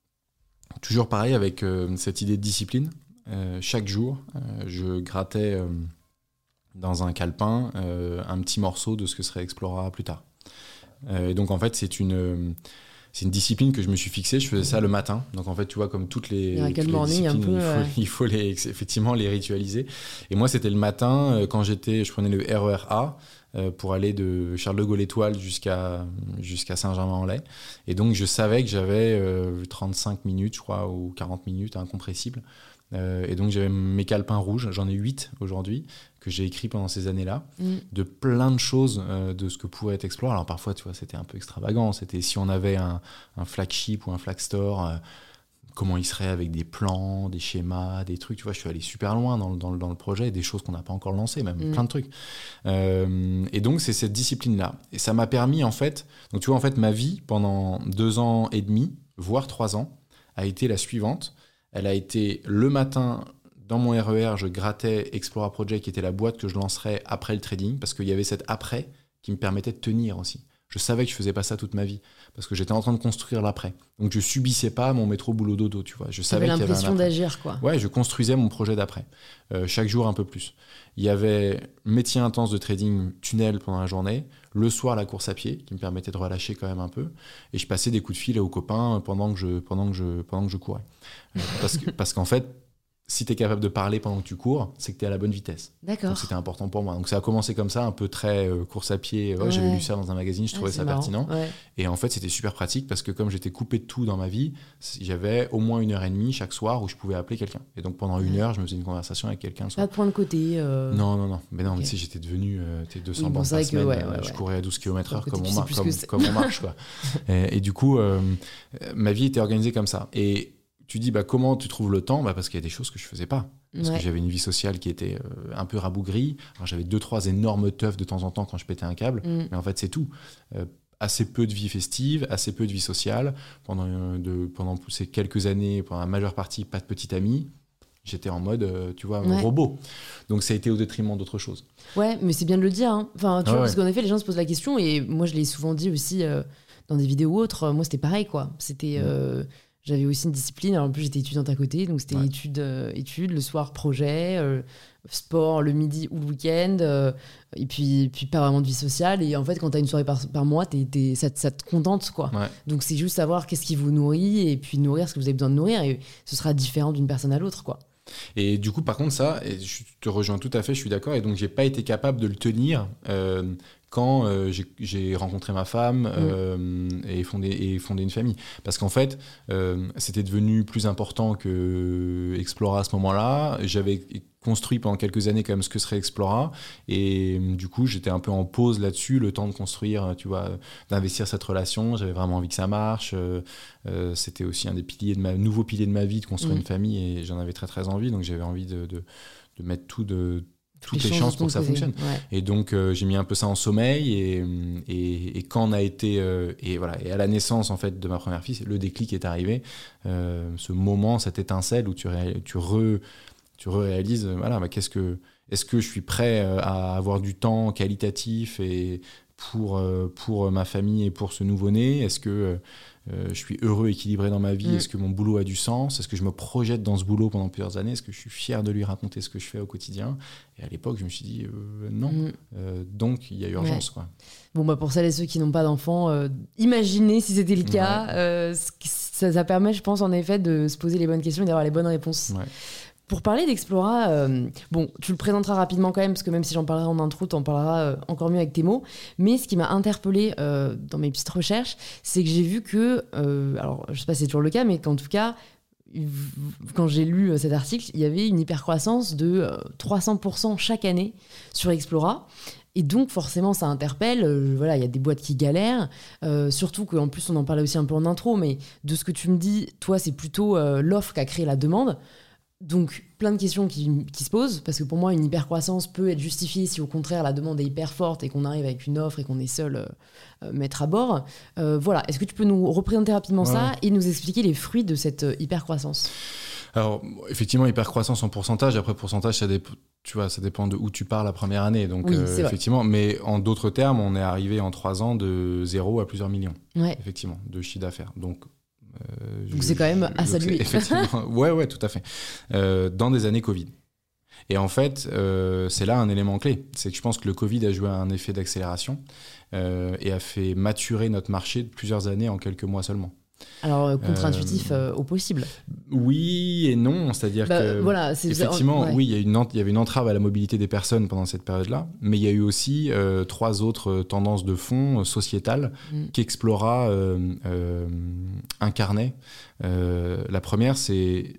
toujours pareil avec euh, cette idée de discipline. Euh, chaque jour, euh, je grattais euh, dans un calepin euh, un petit morceau de ce que serait Explora plus tard. Euh, et donc en fait, c'est une, c'est une discipline que je me suis fixée. Je faisais ça le matin. Donc en fait, tu vois, comme toutes les, toutes les disciplines, un peu, il faut, euh... il faut les, effectivement les ritualiser. Et moi, c'était le matin, euh, quand j'étais, je prenais le R E R A, pour aller de Charles de Gaulle Étoile jusqu'à, jusqu'à Saint-Germain-en-Laye. Et donc, je savais que j'avais euh, trente-cinq minutes, je crois, ou quarante minutes incompressibles. Euh, et donc, j'avais mes calepins rouges, j'en ai huit aujourd'hui, que j'ai écrits pendant ces années-là, mmh. de plein de choses euh, de ce que pourrait être Explora. Alors, parfois, tu vois, c'était un peu extravagant. C'était si on avait un, un flagship ou un flag store... Euh, comment il serait avec des plans, des schémas, des trucs. Tu vois, je suis allé super loin dans le, dans le, dans le projet, des choses qu'on n'a pas encore lancées, même mmh. plein de trucs. Euh, et donc, c'est cette discipline-là. Et ça m'a permis, en fait... Donc, tu vois, en fait, ma vie, pendant deux ans et demi, voire trois ans, a été la suivante. Elle a été le matin, dans mon R E R, je grattais Explora Project, qui était la boîte que je lancerais après le trading, parce qu'il y avait cet après qui me permettait de tenir aussi. Je savais que je faisais pas ça toute ma vie parce que j'étais en train de construire l'après. Donc je subissais pas mon métro boulot dodo, tu vois. Je savais qu'il y avait l'impression d'agir, quoi. Ouais, je construisais mon projet d'après. Euh, chaque jour un peu plus. Il y avait métier intense de trading tunnel pendant la journée, le soir la course à pied qui me permettait de relâcher quand même un peu, et je passais des coups de fil aux copains pendant que je pendant que je pendant que je courais. Euh, parce que parce qu'en fait, si tu es capable de parler pendant que tu cours, c'est que tu es à la bonne vitesse. D'accord. Donc c'était important pour moi. Donc ça a commencé comme ça, un peu très euh, course à pied. Ouais, ouais. J'avais lu ça dans un magazine, je trouvais ah, ça marrant. pertinent. Ouais. Et en fait, c'était super pratique parce que comme j'étais coupé de tout dans ma vie, j'avais au moins une heure et demie chaque soir où je pouvais appeler quelqu'un. Et donc pendant ouais. une heure, je me faisais une conversation avec quelqu'un le soir. Pas de point de côté euh... Non, non, non. Mais non, okay. mais tu sais, j'étais devenu euh, deux cents oui, bandes par semaine. Ouais, ouais, je ouais. courais à douze kilomètres heure comme, on mar- comme, comme on marche. Quoi. et, et du coup, euh, ma vie était organisée comme ça. Et tu dis, bah, comment tu trouves le temps ? Bah, parce qu'il y a des choses que je faisais pas. Parce ouais. que j'avais une vie sociale qui était euh, un peu rabougrie. Alors, j'avais deux, trois énormes teufs de temps en temps quand je pétais un câble. Mm. Mais en fait, c'est tout. Euh, assez peu de vie festive, assez peu de vie sociale. Pendant, euh, de, pendant ces quelques années, pendant la majeure partie, pas de petite amie. J'étais en mode, euh, tu vois, ouais. robot. Donc, ça a été au détriment d'autres choses. Ouais, mais c'est bien de le dire. Hein. Enfin, tu ah, vois, ouais. parce qu'en effet, les gens se posent la question. Et moi, je l'ai souvent dit aussi euh, dans des vidéos ou autres. Moi, c'était pareil, quoi. C'était... Euh, j'avais aussi une discipline. Alors, en plus, j'étais étudiante à côté, donc c'était Ouais. études, euh, études, le soir, projet, euh, sport le midi ou le week-end, euh, et puis, puis pas vraiment de vie sociale. Et en fait, quand tu as une soirée par, par mois, t'es, t'es, ça, ça te contente, quoi. Ouais. Donc, c'est juste savoir qu'est-ce qui vous nourrit et puis nourrir ce que vous avez besoin de nourrir. Et ce sera différent d'une personne à l'autre, quoi. Et du coup, par contre, ça, et je te rejoins tout à fait, je suis d'accord. Et donc, j'ai pas été capable de le tenir euh, quand euh, j'ai, j'ai rencontré ma femme euh, et, fondé, et fondé une famille. Parce qu'en fait, euh, c'était devenu plus important que Explora à ce moment-là. J'avais construit pendant quelques années quand même ce que serait Explora. Et du coup, j'étais un peu en pause là-dessus, le temps de construire, tu vois, d'investir cette relation. J'avais vraiment envie que ça marche. Euh, euh, c'était aussi un des piliers de ma, nouveaux piliers de ma vie, de construire Mmh. une famille. Et j'en avais très, très envie. Donc, j'avais envie de, de, de mettre tout de, toutes Les les chances pour que ça côté. fonctionne. Ouais. Et donc, euh, j'ai mis un peu ça en sommeil. Et, et, et quand on a été... Euh, et, voilà, et à la naissance, en fait, de ma première fille, le déclic est arrivé. Euh, ce moment, cette étincelle où tu, ré, tu re... tu réalises, voilà, bah, qu'est-ce que, est-ce que je suis prêt à avoir du temps qualitatif et pour, pour ma famille et pour ce nouveau-né? Est-ce que euh, je suis heureux, équilibré dans ma vie? Mmh. Est-ce que mon boulot a du sens? Est-ce que je me projette dans ce boulot pendant plusieurs années? Est-ce que je suis fier de lui raconter ce que je fais au quotidien? Et à l'époque, je me suis dit euh, non. Mmh. Euh, donc, il y a urgence. Ouais. Quoi. Bon, bah, pour celles et ceux qui n'ont pas d'enfants, euh, imaginez si c'était le cas. Ouais. Euh, ça, ça permet, je pense, en effet, de se poser les bonnes questions et d'avoir les bonnes réponses. Ouais. Pour parler d'Explora, euh, bon, tu le présenteras rapidement quand même, parce que même si j'en parlerai en intro, tu en parleras euh, encore mieux avec tes mots. Mais ce qui m'a interpellée euh, dans mes petites recherches, c'est que j'ai vu que, euh, alors je sais pas si c'est toujours le cas, mais qu'en tout cas, quand j'ai lu cet article, il y avait une hypercroissance de euh, trois cents pour cent chaque année sur Explora. Et donc, forcément, ça interpelle. Euh, voilà, il y a des boîtes qui galèrent. Euh, surtout qu'en plus, on en parlait aussi un peu en intro, mais de ce que tu me dis, toi, c'est plutôt euh, l'offre qui a créé la demande. Donc, plein de questions qui, qui se posent, parce que pour moi, une hypercroissance peut être justifiée si au contraire la demande est hyper forte et qu'on arrive avec une offre et qu'on est seul euh, maître à bord. Euh, voilà, est-ce que tu peux nous représenter rapidement ouais. ça et nous expliquer les fruits de cette hypercroissance ? Alors, effectivement, hypercroissance en pourcentage. Après, pourcentage, ça, dép- tu vois, ça dépend de où tu pars la première année. Donc, oui, euh, effectivement, mais en d'autres termes, on est arrivé en trois ans de zéro à plusieurs millions, ouais. effectivement, de chiffre d'affaires. Donc, Euh, Donc je, c'est quand même à saluer. Effectivement, ouais, ouais, tout à fait. Euh, dans des années Covid. Et en fait, euh, c'est là un élément clé. C'est que je pense que le Covid a joué un effet d'accélération euh, et a fait maturer notre marché de plusieurs années en quelques mois seulement. Alors, contre-intuitif euh, euh, au possible. Oui et non, c'est-à-dire bah, que voilà, c'est effectivement, ouais. oui, il y a une, il y avait une entrave à la mobilité des personnes pendant cette période-là, mais il y a eu aussi euh, trois autres tendances de fond euh, sociétales mm. qu'Explora euh, euh, incarnait. Euh, la première, c'est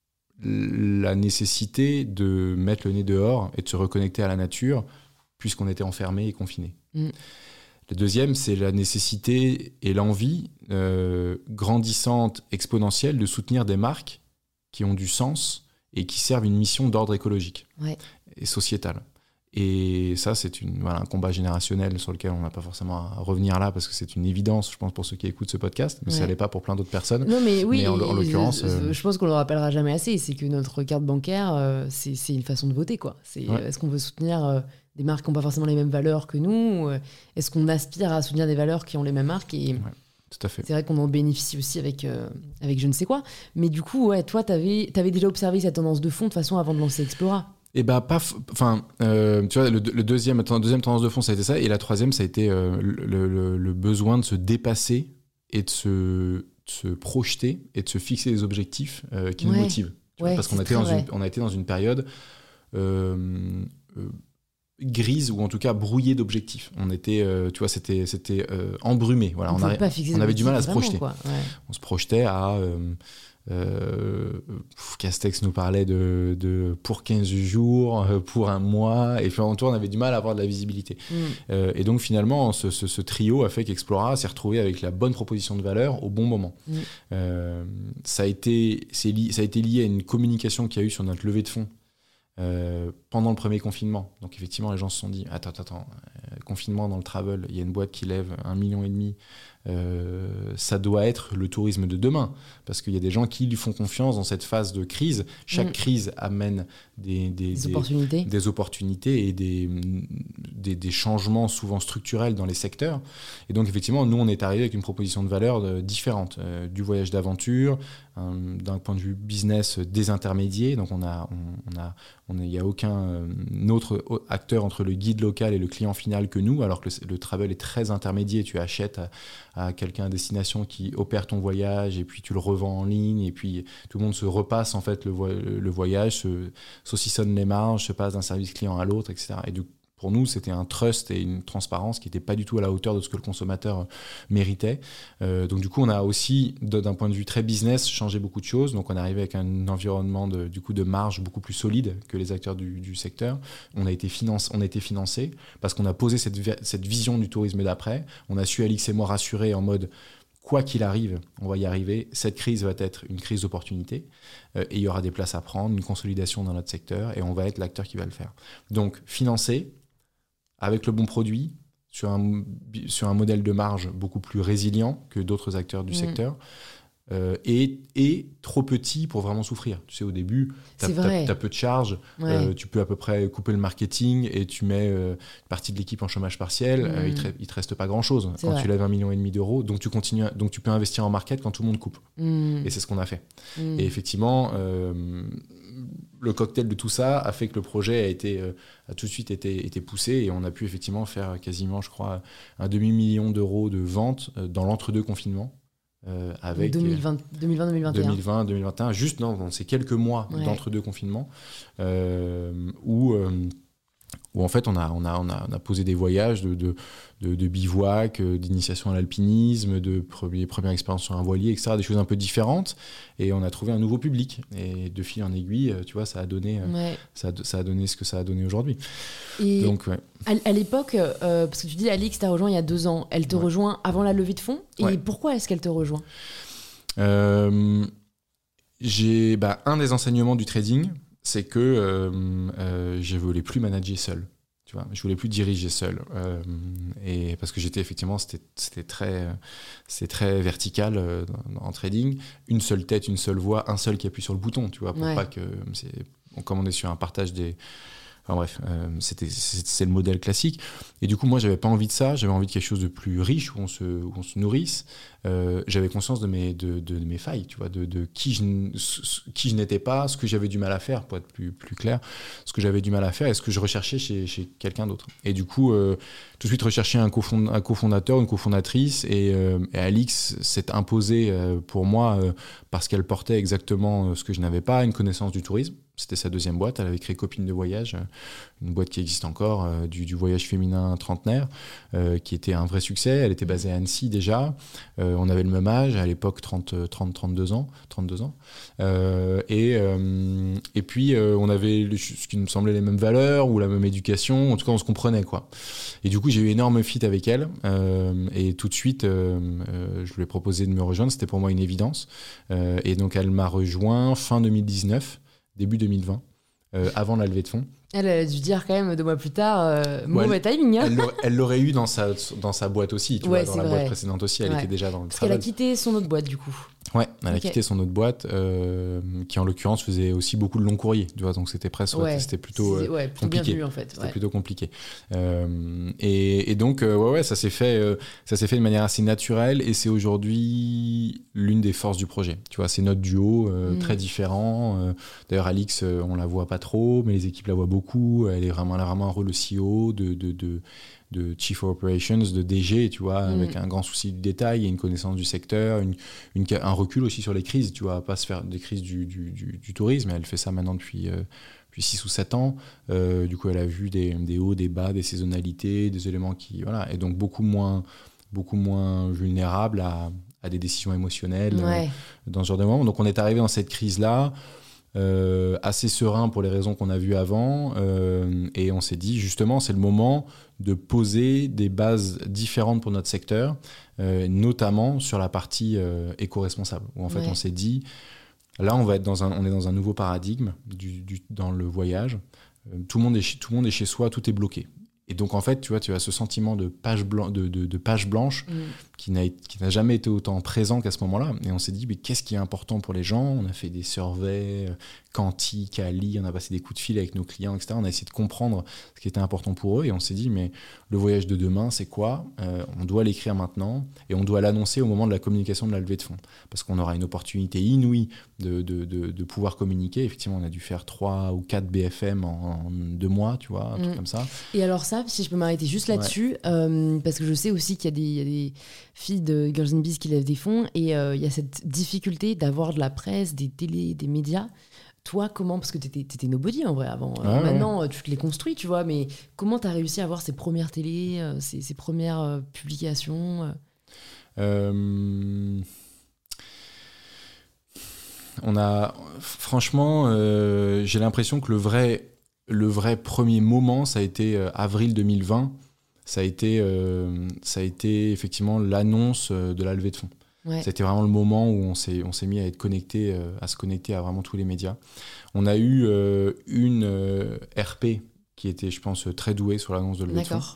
la nécessité de mettre le nez dehors et de se reconnecter à la nature, puisqu'on était enfermés et confinés. Mm. Le deuxième, c'est la nécessité et l'envie euh, grandissante, exponentielle, de soutenir des marques qui ont du sens et qui servent une mission d'ordre écologique ouais. et sociétal. Et ça, c'est une, voilà, un combat générationnel sur lequel on n'a pas forcément à revenir là, parce que c'est une évidence, je pense, pour ceux qui écoutent ce podcast, mais ouais. ça ne l'est pas pour plein d'autres personnes. Non, mais oui, mais en, en l'occurrence... Je, euh... je pense qu'on ne le rappellera jamais assez, c'est que notre carte bancaire, euh, c'est, c'est une façon de voter, quoi. C'est, ouais. Est-ce qu'on veut soutenir... Euh, des marques qui n'ont pas forcément les mêmes valeurs que nous? Est-ce qu'on aspire à soutenir des valeurs qui ont les mêmes marques? Et ouais, tout à fait. C'est vrai qu'on en bénéficie aussi avec, euh, avec je ne sais quoi. Mais du coup, ouais, toi, tu avais déjà observé cette tendance de fond de toute façon avant de lancer Explora? Eh bah, pas. Enfin, euh, tu vois, le, le deuxième, la deuxième tendance de fond, ça a été ça. Et la troisième, ça a été euh, le, le, le besoin de se dépasser et de se, de se projeter et de se fixer des objectifs euh, qui ouais. nous motivent. Tu ouais, vois, parce qu'on a, été dans une, on a été dans une période. Euh, euh, grise ou en tout cas brouillée d'objectifs. On était, euh, tu vois, c'était, c'était euh, embrumé. Voilà, on, on, a, on avait du mal à se projeter. Quoi, ouais. On se projetait à... Euh, euh, Castex nous parlait de, de pour quinze jours, pour un mois, et puis en tout, on avait du mal à avoir de la visibilité. Mm. Euh, et donc finalement, ce, ce, ce trio a fait qu'Explora s'est retrouvé avec la bonne proposition de valeur au bon moment. Mm. Euh, ça, a été, c'est li, ça a été lié à une communication qu'il y a eu sur notre levée de fonds Euh, pendant le premier confinement. Donc effectivement, les gens se sont dit attends, attends, attends, euh, confinement dans le travel, il y a une boîte qui lève un million et demi euh, ça doit être le tourisme de demain, parce qu'il y a des gens qui lui font confiance dans cette phase de crise. Chaque mmh. crise amène des, des, des, des, opportunités. des opportunités et des, des, des changements souvent structurels dans les secteurs. Et donc effectivement, nous, on est arrivé avec une proposition de valeur euh, différente, euh, du voyage d'aventure, euh, d'un point de vue business désintermédié. Donc on a, on, on a, on a, il n'y a aucun euh, autre acteur entre le guide local et le client final que nous, alors que le, le travel est très intermédié. Tu achètes à, à quelqu'un à destination qui opère ton voyage et puis tu le revends en ligne et puis tout le monde se repasse en fait le, vo- le voyage, se saucissonne les marges, se passe d'un service client à l'autre, et cetera. Et du Pour nous, c'était un trust et une transparence qui n'étaient pas du tout à la hauteur de ce que le consommateur méritait. Euh, donc du coup, on a aussi, d'un point de vue très business, changé beaucoup de choses. Donc on est arrivé avec un environnement de, du coup, de marge beaucoup plus solide que les acteurs du, du secteur. On a été finance, on a été financé parce qu'on a posé cette, cette vision du tourisme d'après. On a su, Alix et moi, rassurer en mode... Quoi qu'il arrive, on va y arriver. Cette crise va être une crise d'opportunité euh, et il y aura des places à prendre, une consolidation dans notre secteur et on va être l'acteur qui va le faire. Donc, financer avec le bon produit, sur un, sur un modèle de marge beaucoup plus résilient que d'autres acteurs du mmh. secteur euh, et, et trop petit pour vraiment souffrir. Tu sais, au début, tu as peu de charges, ouais. euh, tu peux à peu près couper le marketing et tu mets euh, une partie de l'équipe en chômage partiel, mmh. euh, il ne te, te reste pas grand-chose c'est quand vrai. Tu lèves un million et demi d'euros. Donc tu, continues à, donc tu peux investir en market quand tout le monde coupe. Mmh. Et c'est ce qu'on a fait. Mmh. Et effectivement, euh, le cocktail de tout ça a fait que le projet a, été, euh, a tout de suite été, été poussé et on a pu effectivement faire quasiment, je crois, un demi-million d'euros de ventes euh, dans l'entre-deux confinements. Euh, avec deux mille vingt, deux mille vingt deux mille vingt et un. deux mille vingt deux mille vingt et un, juste dans, dans ces quelques mois ouais. d'entre-deux confinements euh, où, euh, où en fait on a, on a, on a, on a posé des voyages de, de, de, de bivouac, euh, d'initiation à l'alpinisme, de premier, première expérience sur un voilier, et cetera, des choses un peu différentes et on a trouvé un nouveau public et de fil en aiguille, tu vois, ça a donné, ouais. ça, a, ça a donné ce que ça a donné aujourd'hui. Et donc, ouais. à, à l'époque, euh, parce que tu dis Alix t'a rejoint il y a deux ans, elle te ouais. rejoint avant la levée de fonds et ouais. pourquoi est-ce qu'elle te rejoint euh, j'ai, bah, un des enseignements du trading, c'est que euh, euh, je ne voulais plus manager seul. Tu vois, je voulais plus diriger seul. Euh, et parce que j'étais effectivement, c'était, c'était, très, c'était très vertical euh, en trading. Une seule tête, une seule voix, un seul qui appuie sur le bouton, tu vois, pour ouais. pas que... C'est, comme on est sur un partage des... Enfin bref, euh, c'était, c'est, c'est le modèle classique. Et du coup, moi, j'avais pas envie de ça. J'avais envie de quelque chose de plus riche, où on se, où on se nourrisse. Euh, j'avais conscience de mes, de, de, de mes failles, tu vois, de, de qui, je, qui je n'étais pas, ce que j'avais du mal à faire, pour être plus, plus clair, ce que j'avais du mal à faire et ce que je recherchais chez, chez quelqu'un d'autre. Et du coup, euh, tout de suite rechercher un, cofond, un cofondateur, une cofondatrice. Et, euh, et Alix s'est imposée euh, pour moi euh, parce qu'elle portait exactement ce que je n'avais pas, une connaissance du tourisme. C'était sa deuxième boîte. Elle avait créé Copine de voyage, une boîte qui existe encore, euh, du, du voyage féminin trentenaire, euh, qui était un vrai succès. Elle était basée à Annecy déjà. Euh, on avait le même âge, à l'époque trente, trente, trente-deux ans. trente-deux ans. Euh, et, euh, et puis, euh, on avait le, ce qui me semblait les mêmes valeurs ou la même éducation. En tout cas, on se comprenait, quoi. Et du coup, j'ai eu énorme fit avec elle. Euh, et tout de suite, euh, euh, je lui ai proposé de me rejoindre. C'était pour moi une évidence. Euh, et donc, elle m'a rejoint fin deux mille dix-neuf. Début deux mille vingt, euh, avant la levée de fonds. Elle a dû dire quand même deux mois plus tard, euh, mauvais ouais, timing. Hein. Elle, l'aurait, elle l'aurait eu dans sa, dans sa boîte aussi, tu ouais, vois, dans la vrai. boîte précédente aussi, elle ouais. était déjà dans le Parce travail. Parce qu'elle a quitté son autre boîte du coup. Ouais, elle okay. a quitté son autre boîte, euh, qui en l'occurrence faisait aussi beaucoup de longs courriers, tu vois, donc c'était presque, ouais. c'était plutôt, euh, ouais, plutôt compliqué. Bien vu, en fait. C'était ouais. plutôt compliqué. Euh, et, et donc, euh, ouais, ouais, ça s'est fait, euh, ça s'est fait de manière assez naturelle, et c'est aujourd'hui l'une des forces du projet. Tu vois, c'est notre duo, euh, mm. très différent. Euh, d'ailleurs, Alix, euh, on la voit pas trop, mais les équipes la voient beaucoup. Elle est vraiment, elle a vraiment un rôle de C E O, de, de, de de Chief of Operations, de D G, tu vois, mmh. avec un grand souci du détail et une connaissance du secteur, une, une, un recul aussi sur les crises, tu vois, pas se faire des crises du, du, du, du tourisme. Elle fait ça maintenant depuis, euh, depuis six ou sept ans. Euh, du coup, elle a vu des, des hauts, des bas, des saisonnalités, des éléments qui... Voilà, et donc beaucoup moins, beaucoup moins vulnérable à, à des décisions émotionnelles ouais. euh, dans ce genre de moment. Donc on est arrivé dans cette crise-là, Euh, assez serein pour les raisons qu'on a vues avant euh, et on s'est dit justement c'est le moment de poser des bases différentes pour notre secteur euh, notamment sur la partie euh, éco-responsable où en fait ouais. on s'est dit là on va être dans un, on est dans un nouveau paradigme du, du, dans le voyage euh, tout le monde est chez, tout le monde est chez soi, tout est bloqué Et donc, en fait, tu vois, tu as ce sentiment de page, blan- de, de, de page blanche Mm. qui, n'a, qui n'a jamais été autant présent qu'à ce moment-là. Et on s'est dit, mais qu'est-ce qui est important pour les gens ? On a fait des surveys, euh, Quanti, Cali, on a passé des coups de fil avec nos clients, et cetera. On a essayé de comprendre ce qui était important pour eux. Et on s'est dit, mais le voyage de demain, c'est quoi ? euh, On doit l'écrire maintenant et on doit l'annoncer au moment de la communication de la levée de fonds. Parce qu'on aura une opportunité inouïe de, de, de, de pouvoir communiquer. Effectivement, on a dû faire trois ou quatre B F M en, en deux mois, tu vois, un Mm. truc comme ça. Et alors ça, si je peux m'arrêter juste là-dessus, euh, parce que je sais aussi qu'il y a des, il y a des filles de Girls in Biz qui lèvent des fonds, et euh, il y a cette difficulté d'avoir de la presse, des télés, des médias. Toi, comment, parce que t'étais, t'étais nobody en vrai avant, Ouais, euh, ouais. maintenant tu te les construis, tu vois, mais comment t'as réussi à avoir ces premières télés, euh, ces, ces premières euh, publications euh Euh, on a, franchement, euh, j'ai l'impression que le vrai, le vrai premier moment, ça a été euh, avril deux mille vingt. Ça a été, euh, ça a été effectivement l'annonce euh, de la levée de fonds. Ouais. C'était vraiment le moment où on s'est, on s'est mis à être connecté, euh, à se connecter à vraiment tous les médias. On a eu euh, une euh, R P qui était, je pense, très douée sur l'annonce de levée de fonds. D'accord.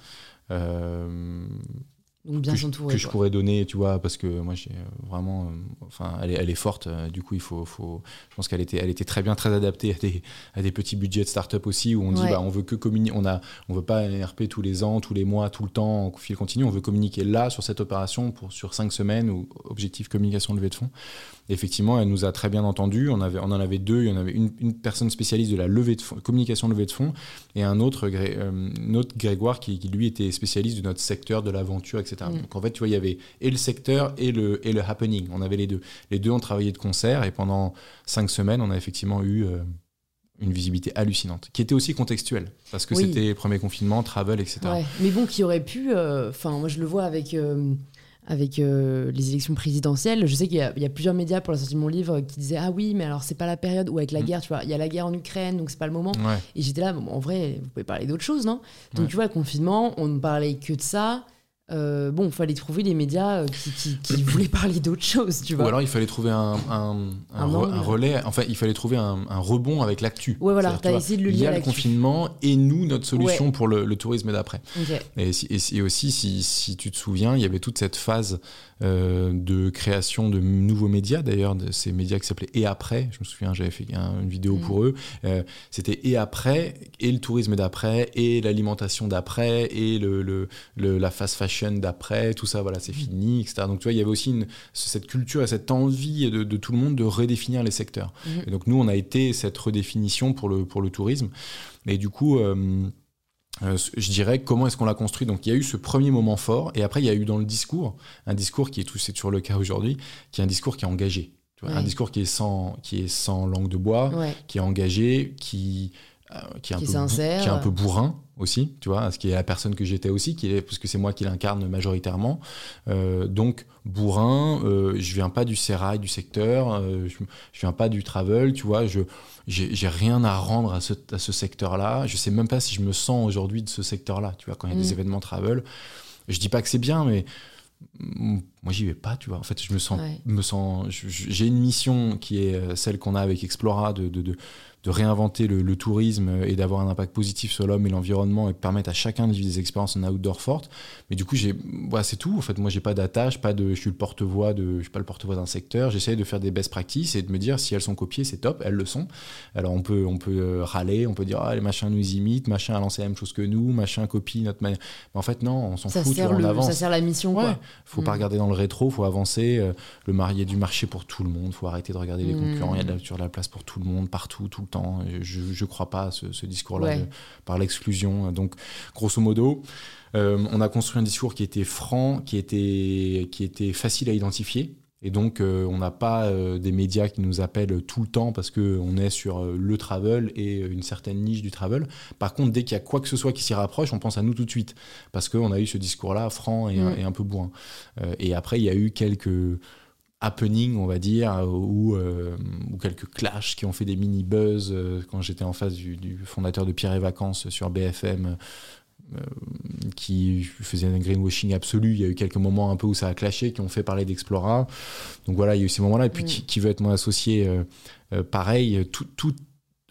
Euh, Donc bien que je, s'entourer. que je quoi. pourrais donner, tu vois, parce que moi j'ai euh, vraiment, euh, enfin, elle est, elle est forte. euh, du coup, il faut, faut, je pense qu'elle était, elle était très bien, très adaptée à des, à des petits budgets de start-up aussi, où on dit, Ouais. bah, on veut que communiquer, on a, on veut pas un R P tous les ans, tous les mois, tout le temps, en fil continu. On veut communiquer là sur cette opération pour sur cinq semaines ou objectif communication levée de fonds. Et effectivement, elle nous a très bien entendus. On avait, on en avait deux. Il y en avait une, une personne spécialiste de la levée de fonds, communication levée de fonds, et un autre, Gré, euh, un autre Grégoire qui, qui lui était spécialiste de notre secteur de l'aventure, et cetera. Mm. Donc en fait, tu vois, il y avait et le secteur et le, et le happening. On avait les deux. Les deux ont travaillé de concert et pendant cinq semaines, on a effectivement eu euh, une visibilité hallucinante, qui était aussi contextuelle, parce que Oui. c'était premier confinement, travel, et cetera. Ouais. Mais bon, qui aurait pu. Enfin, moi, je le vois avec. Euh, avec euh, les élections présidentielles, je sais qu'il y a, il y a plusieurs médias pour la sortie de mon livre qui disaient ah oui, mais alors c'est pas la période, ou avec la Mm. guerre, tu vois, il y a la guerre en Ukraine, donc c'est pas le moment. Ouais. Et j'étais là, bon, en vrai, vous pouvez parler d'autre chose, non ? Donc Ouais. tu vois, le confinement, on ne parlait que de ça. Euh, bon, il fallait trouver les médias euh, qui, qui, qui voulaient parler d'autre chose, tu vois. Ou alors il fallait trouver un, un, un, Un re- angle. un relais, enfin il fallait trouver un, un rebond avec l'actu. Ouais, voilà, C'est-à-dire, t'as tu vois, essayé de le il y lier a à le l'actu. confinement et nous, notre solution Ouais. pour le, le tourisme d'après. Ok. Et, si- et, si- et aussi, si, si tu te souviens, il y avait toute cette phase euh, de création de nouveaux médias, d'ailleurs, de ces médias qui s'appelaient Et Après. Je me souviens, j'avais fait un- une vidéo Mm. pour eux. Euh, c'était Et Après, et le tourisme d'après, et l'alimentation d'après, et le, le, le- la fast fashion d'après. Tout ça, voilà, c'est fini, et cetera. Donc, tu vois, il y avait aussi une, cette culture et cette envie de, de tout le monde de redéfinir les secteurs. Mhm. Et donc, nous, on a été cette redéfinition pour le, pour le tourisme. Et du coup... euh, Euh, je dirais comment est-ce qu'on l'a construit. Donc il y a eu ce premier moment fort et après il y a eu dans le discours un discours qui est tout, c'est toujours le cas aujourd'hui, qui est un discours qui est engagé. Tu vois, Ouais. un discours qui est sans qui est sans langue de bois, Ouais. qui est engagé, qui euh, qui est un Qui est peu sincère. qui est un peu bourrin aussi, tu vois, ce qui est la personne que j'étais aussi, qui est parce que c'est moi qui l'incarne majoritairement. Euh, donc bourrin, euh, je viens pas du sérail du secteur, euh, je, je viens pas du travel, tu vois, je j'ai, j'ai rien à rendre à ce, à ce secteur-là. Je sais même pas si je me sens aujourd'hui de ce secteur-là, tu vois, quand il y a Mm. des événements travel. Je dis pas que c'est bien, mais mm, moi j'y vais pas, tu vois. En fait, je me sens, Ouais. me sens, je- je- j'ai une mission qui est euh, celle qu'on a avec Explora de, de, de, de réinventer le, le tourisme et d'avoir un impact positif sur l'homme et l'environnement et de permettre à chacun de vivre des expériences en outdoor fortes. Mais du coup, j'ai, voilà, c'est tout. En fait, moi, j'ai pas d'attache, pas de, je suis le porte-voix de, je suis pas le porte-voix d'un secteur. J'essaie de faire des best practices et de me dire si elles sont copiées, c'est top, elles le sont. Alors on peut, on peut euh, râler, on peut dire ah les machins nous imitent, machin a lancé la même chose que nous, machin copie notre manière. Mais en fait non, on s'en Ça fout, tu sert, vois, on le, avance. ça sert la mission, Ouais, quoi. faut Mm. pas regarder dans le rétro, faut avancer. euh, le marié du marché pour tout le monde, faut arrêter de regarder les Mm. concurrents. Il y a de la, sur la place pour tout le monde, partout, tout le temps. Je, je crois pas à ce, ce discours-là Ouais. de- par l'exclusion. Donc, grosso modo, euh, on a construit un discours qui était franc, qui était, qui était facile à identifier. Et donc, euh, on n'a pas euh, des médias qui nous appellent tout le temps parce qu'on est sur euh, le travel et une certaine niche du travel. Par contre, dès qu'il y a quoi que ce soit qui s'y rapproche, on pense à nous tout de suite parce qu'on a eu ce discours-là franc et, Mm. un, et un peu bourrin. Euh, et après, il y a eu quelques happenings, on va dire, ou, euh, ou quelques clashs qui ont fait des mini-buzz. Euh, quand j'étais en face du, du fondateur de Pierre et Vacances sur B F M, euh, qui faisait un greenwashing absolu. Il y a eu quelques moments un peu où ça a clashé, qui ont fait parler d'Explora. Donc voilà, il y a eu ces moments-là. Et puis, Mm. qui, qui veut être mon associé, euh, euh, pareil, tout, tout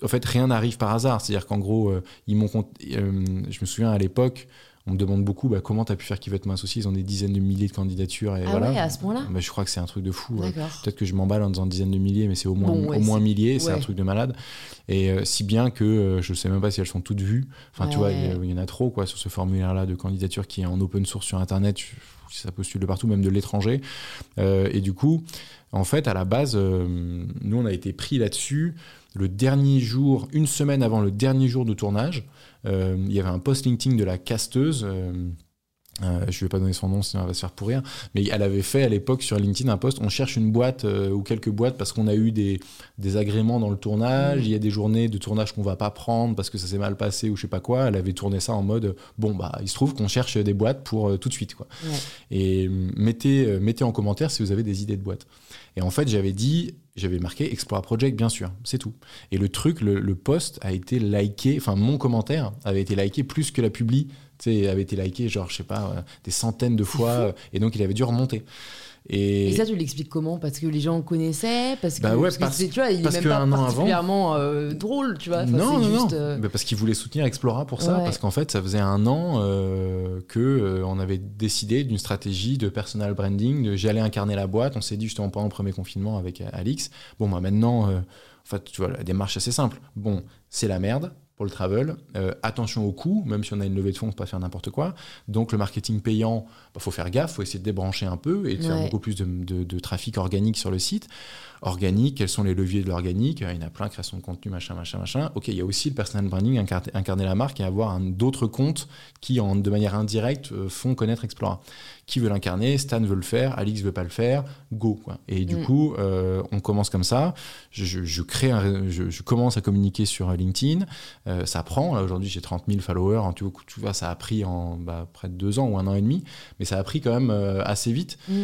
en fait, rien n'arrive par hasard. C'est-à-dire qu'en gros, euh, ils m'ont cont- euh, je me souviens à l'époque, on me demande beaucoup bah, comment tu as pu faire Qui veut être mon associé. Ils ont des dizaines de milliers de candidatures. Et ah voilà. ouais, à ce point-là bah, Je crois que c'est un truc de fou. D'accord. Peut-être que je m'emballe en disant dizaines de milliers, mais c'est au moins, Bon, ouais, au moins c'est... milliers. C'est ouais. un truc de malade. Et euh, si bien que euh, je ne sais même pas si elles sont toutes vues. Enfin, ouais. tu vois, il y, y en a trop quoi, sur ce formulaire-là de candidature qui est en open source sur Internet. Je, ça postule de partout, même de l'étranger. Euh, et du coup, en fait, à la base, euh, nous, on a été pris là-dessus le dernier jour, une semaine avant le dernier jour de tournage. Euh, il y avait un post LinkedIn de la casteuse. Euh, euh, je ne vais pas donner son nom, sinon elle va se faire pourrir. Mais elle avait fait à l'époque sur LinkedIn un post. On cherche une boîte euh, ou quelques boîtes parce qu'on a eu des, des agréments dans le tournage. Mmh. Il y a des journées de tournage qu'on ne va pas prendre parce que ça s'est mal passé ou je ne sais pas quoi. Elle avait tourné ça en mode bon, bah, il se trouve qu'on cherche des boîtes pour euh, tout de suite, quoi. Ouais. Et mettez, euh, mettez en commentaire si vous avez des idées de boîtes. Et en fait, j'avais dit. J'avais marqué Explora Project, bien sûr, c'est tout. Et le truc, le, le post a été liké, enfin mon commentaire avait été liké plus que la publi, tu sais, avait été liké genre, je sais pas, euh, des centaines de fois, euh, et donc il avait dû remonter. Et... et ça, tu l'expliques comment? Parce que les gens connaissaient, parce que, bah ouais, parce parce, que tu vois, il parce est même pas particulièrement avant... euh, drôle, tu vois. Enfin, non, c'est non, juste, non. Euh... Bah parce qu'ils voulaient soutenir Explora pour ça, ouais. Parce qu'en fait, ça faisait un an euh, que euh, on avait décidé d'une stratégie de personal branding, de j'allais incarner la boîte. On s'est dit justement pendant le premier confinement avec Alix. Bon, bah maintenant, euh, en fait, tu vois, la démarche assez simple. Bon, c'est la merde pour le travel. Euh, attention aux coûts, même si on a une levée de fonds, faut pas faire n'importe quoi. Donc le marketing payant, bah, faut faire gaffe, faut essayer de débrancher un peu et de ouais. faire beaucoup plus de, de, de trafic organique sur le site. Organique, quels sont les leviers de l'organique? Il y en a plein, création de contenu, machin, machin, machin. Ok, il y a aussi le personal branding, incarner, incarner la marque et avoir un, d'autres comptes qui, en, de manière indirecte, euh, font connaître Explora. Qui veut l'incarner? Stan veut le faire, Alix veut pas le faire, go, quoi. Et du mm. coup, euh, on commence comme ça. Je, je, je crée, un, je, je commence à communiquer sur LinkedIn. Euh, ça prend. Là, aujourd'hui, j'ai trente mille followers. Hein, tu, vois, tu vois, ça a pris en bah, près de deux ans ou un an et demi, mais ça a pris quand même euh, assez vite. Mm.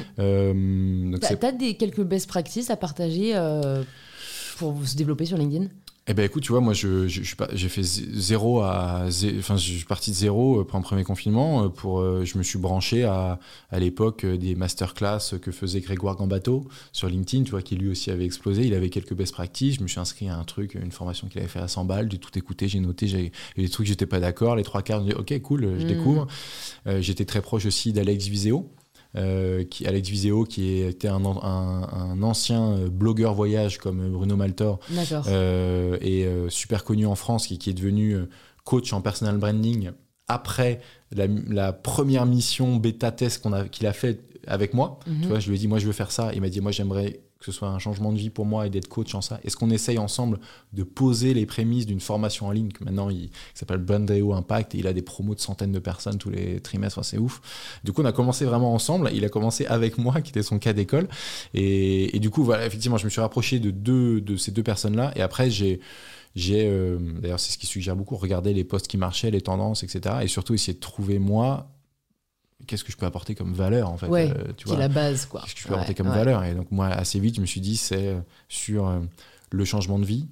Euh, donc t'as, t'as des quelques best practices à partager euh, pour se développer sur LinkedIn? Eh ben écoute, tu vois, moi je, je, je suis pas, j'ai fait zéro à, enfin je suis parti de zéro pendant le premier confinement. Pour, je me suis branché à, à l'époque des masterclass que faisait Grégoire Gambato sur LinkedIn, tu vois, qui lui aussi avait explosé. Il avait quelques best practices. Je me suis inscrit à un truc, une formation qu'il avait fait à cent balles. J'ai tout écouté, j'ai noté, j'ai il y a des trucs j'étais pas d'accord. Les trois quarts, j'ai dit ok cool, je mmh. découvre. Euh, j'étais très proche aussi d'Alex Viseo. Euh, qui, Alex Viseo qui était un, un, un ancien blogueur voyage comme Bruno Maltor euh, et euh, super connu en France qui, qui est devenu coach en personal branding après la, la première mission bêta test qu'on a, qu'il a fait avec moi. Mm-hmm. Tu vois, je lui ai dit moi je veux faire ça, il m'a dit moi j'aimerais que ce soit un changement de vie pour moi et d'être coach en ça. Est-ce qu'on essaye ensemble de poser les prémices d'une formation en ligne que maintenant il, il s'appelle Brandeo Impact et il a des promos de centaines de personnes tous les trimestres, enfin, c'est ouf. Du coup, on a commencé vraiment ensemble. Il a commencé avec moi, qui était son cas d'école. Et, et du coup, voilà, effectivement, je me suis rapproché de, deux, de ces deux personnes-là. Et après, j'ai... J'ai, euh, d'ailleurs, c'est ce qui suggère beaucoup, regarder les posts qui marchaient, les tendances, et cetera. Et surtout, essayer de trouver, moi, qu'est-ce que je peux apporter comme valeur, en fait. Ouais, euh, tu qui vois, est la base, quoi. Qu'est-ce que je peux ouais, apporter comme ouais. valeur. Et donc, moi, assez vite, je me suis dit, c'est sur euh, le changement de vie,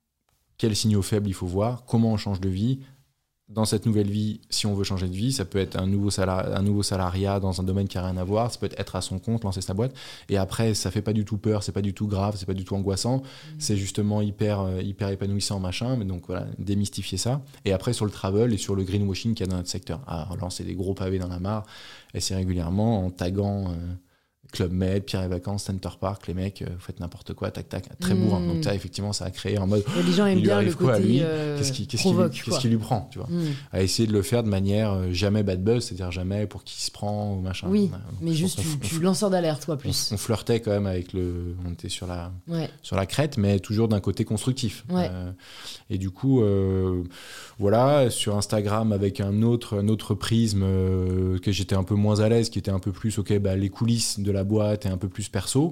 quels signaux faibles il faut voir, comment on change de vie. Dans cette nouvelle vie, si on veut changer de vie, ça peut être un nouveau, salari- un nouveau salariat dans un domaine qui n'a rien à voir, ça peut être à son compte, lancer sa boîte. Et après, ça fait pas du tout peur, c'est pas du tout grave, c'est pas du tout angoissant, mmh. c'est justement hyper, euh, hyper épanouissant, machin. Mais donc voilà, démystifier ça. Et après, sur le travel et sur le greenwashing qu'il y a dans notre secteur. À lancer des gros pavés dans la mare, assez régulièrement, en taguant... Euh, Club Med, Pierre et Vacances, Center Park, les mecs, euh, vous faites n'importe quoi, tac, tac, très mmh. bourrin. Donc ça, effectivement, ça a créé en mode... Et les gens aiment bien le côté lui euh, qu'est-ce qui, qu'est-ce provoque, qui lui, qu'est-ce qui lui prend, tu vois mmh. À essayer de le faire de manière euh, jamais bad buzz, c'est-à-dire jamais pour qui se prend ou machin. Oui, donc, mais juste on, tu, tu lanceur d'alerte, toi, plus. On, on flirtait quand même avec le... On était sur la, ouais. sur la crête, mais toujours d'un côté constructif. Ouais. Euh, et du coup, euh, voilà, sur Instagram, avec un autre, un autre prisme euh, que j'étais un peu moins à l'aise, qui était un peu plus, ok, bah, les coulisses de la boîte et un peu plus perso,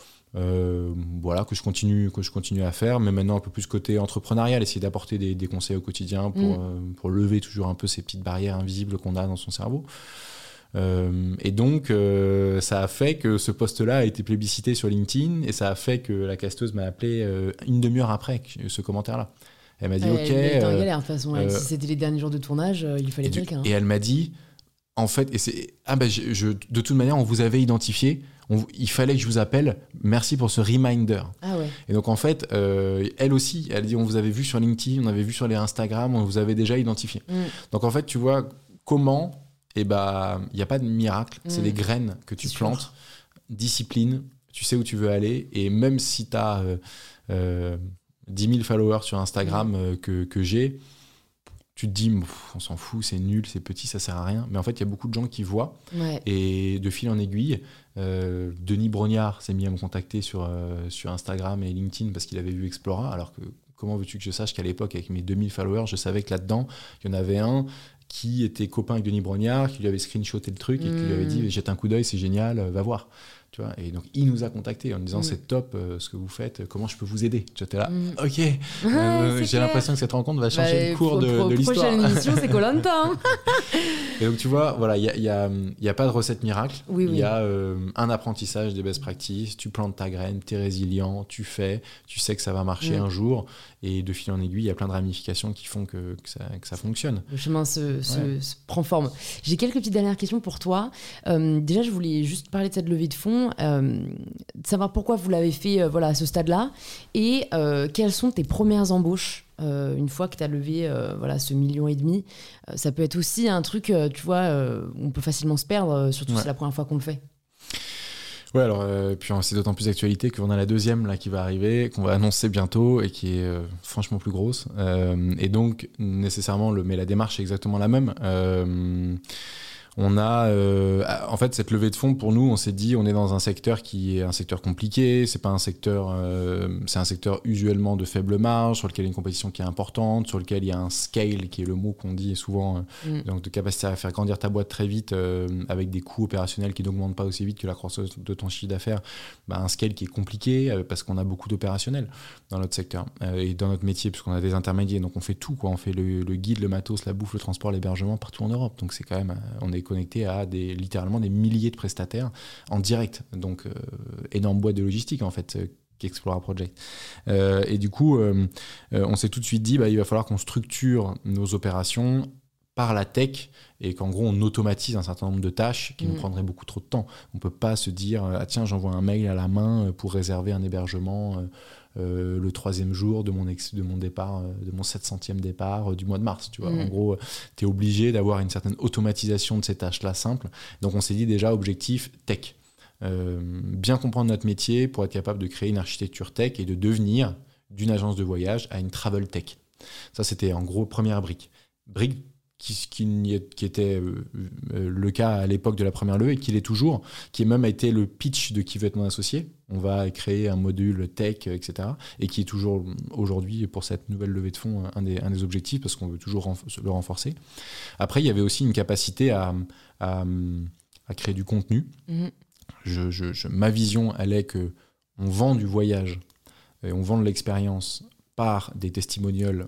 euh, voilà, que je continue que je continue à faire, mais maintenant un peu plus côté entrepreneurial, essayer d'apporter des, des conseils au quotidien pour, mmh. euh, pour lever toujours un peu ces petites barrières invisibles qu'on a dans son cerveau. Euh, et donc euh, ça a fait que ce post-là a été plébiscité sur LinkedIn et ça a fait que la casteuse m'a appelé euh, une demi-heure après ce commentaire-là. Elle m'a dit elle, ok. Elle était en euh, galère de toute façon. Elle, euh, si c'était les derniers jours de tournage, euh, il fallait et quelqu'un. Du, et elle m'a dit en fait, et c'est, ah ben, je, je, de toute manière, on vous avait identifié, on, il fallait que je vous appelle, merci pour ce reminder. Ah ouais. Et donc, en fait, euh, elle aussi, elle dit, on vous avait vu sur LinkedIn, on avait vu sur les Instagram, on vous avait déjà identifié. Mm. Donc, en fait, tu vois, comment, eh ben, il n'y a pas de miracle, mm. c'est des graines que tu c'est plantes, sûr. Discipline, tu sais où tu veux aller, et même si tu as euh, euh, dix mille followers sur Instagram mm. euh, que, que j'ai, tu te dis, on s'en fout, c'est nul, c'est petit, ça sert à rien. Mais en fait, il y a beaucoup de gens qui voient. Ouais. Et de fil en aiguille, euh, Denis Brognard s'est mis à me contacter sur, euh, sur Instagram et LinkedIn parce qu'il avait vu Explora. Alors que comment veux-tu que je sache qu'à l'époque, avec mes deux mille followers, je savais que là-dedans, il y en avait un qui était copain avec Denis Brognard, qui lui avait screenshoté le truc mmh. et qui lui avait dit, jette un coup d'œil, c'est génial, va voir. Tu vois, et donc, il nous a contactés en disant, mmh. c'est top euh, ce que vous faites, comment je peux vous aider. J'étais là, mmh. ok, euh, j'ai clair. l'impression que cette rencontre va changer bah, le cours de, pro- de l'histoire. Prochaine émission, c'est Koh-Lanta. Et donc, tu vois, voilà, il n'y a, y a, y a pas de recette miracle. Il oui, oui. y a euh, un apprentissage des best practices. Tu plantes ta graine, tu es résilient, tu fais, tu sais que ça va marcher mmh. un jour. Et de fil en aiguille, il y a plein de ramifications qui font que, que, ça, que ça fonctionne. Le chemin se, se, ouais. se prend forme. J'ai quelques petites dernières questions pour toi. Euh, déjà, je voulais juste parler de cette levée de fonds, euh, de savoir pourquoi vous l'avez fait euh, voilà, à ce stade-là et euh, quelles sont tes premières embauches euh, une fois que tu as levé euh, voilà, ce million et demi. Euh, ça peut être aussi un truc, euh, tu vois, euh, on peut facilement se perdre, euh, surtout ouais. si c'est la première fois qu'on le fait. Ouais, alors, euh, puis c'est d'autant plus d'actualité qu'on a la deuxième là, qui va arriver, qu'on va annoncer bientôt et qui est euh, franchement plus grosse. Euh, et donc, nécessairement, le, mais la démarche est exactement la même. Euh, on a, euh, en fait, cette levée de fonds, pour nous, on s'est dit, on est dans un secteur qui est un secteur compliqué, c'est pas un secteur, euh, c'est un secteur usuellement de faible marge, sur lequel il y a une compétition qui est importante, sur lequel il y a un scale, qui est le mot qu'on dit souvent, euh, mm. donc de capacité à faire grandir ta boîte très vite, euh, avec des coûts opérationnels qui n'augmentent pas aussi vite que la croissance de ton chiffre d'affaires, bah, un scale qui est compliqué, euh, parce qu'on a beaucoup d'opérationnels dans notre secteur, euh, et dans notre métier, puisqu'on a des intermédiaires, donc on fait tout, quoi. On fait le, le guide, le matos, la bouffe, le transport, l'hébergement, partout en Europe, donc c'est quand même, on est connecté à des, littéralement des milliers de prestataires en direct. Donc, euh, énorme boîte de logistique, en fait, euh, qu'Explora Project. Euh, et du coup, euh, euh, on s'est tout de suite dit, bah, il va falloir qu'on structure nos opérations par la tech et qu'en gros, on automatise un certain nombre de tâches qui mmh. nous prendraient beaucoup trop de temps. On ne peut pas se dire, ah tiens, j'envoie un mail à la main pour réserver un hébergement euh, Euh, le troisième jour de mon, ex, de mon départ, euh, de mon sept centième départ euh, du mois de mars. Tu vois. Mmh. En gros, tu es obligé d'avoir une certaine automatisation de ces tâches-là simples. Donc, on s'est dit déjà, objectif tech. Euh, bien comprendre notre métier pour être capable de créer une architecture tech et de devenir d'une agence de voyage à une travel tech. Ça, c'était en gros première brique. Brique qui, qui, qui était euh, euh, le cas à l'époque de la première levée et qui l'est toujours, qui a même été le pitch de Qui veut être mon associé. On va créer un module tech, et cetera. Et qui est toujours aujourd'hui, pour cette nouvelle levée de fonds, un des, un des objectifs, parce qu'on veut toujours renf- le renforcer. Après, il y avait aussi une capacité à, à, à créer du contenu. Mmh. Je, je, je, ma vision, elle est qu'on vend du voyage et on vend de l'expérience par des testimonials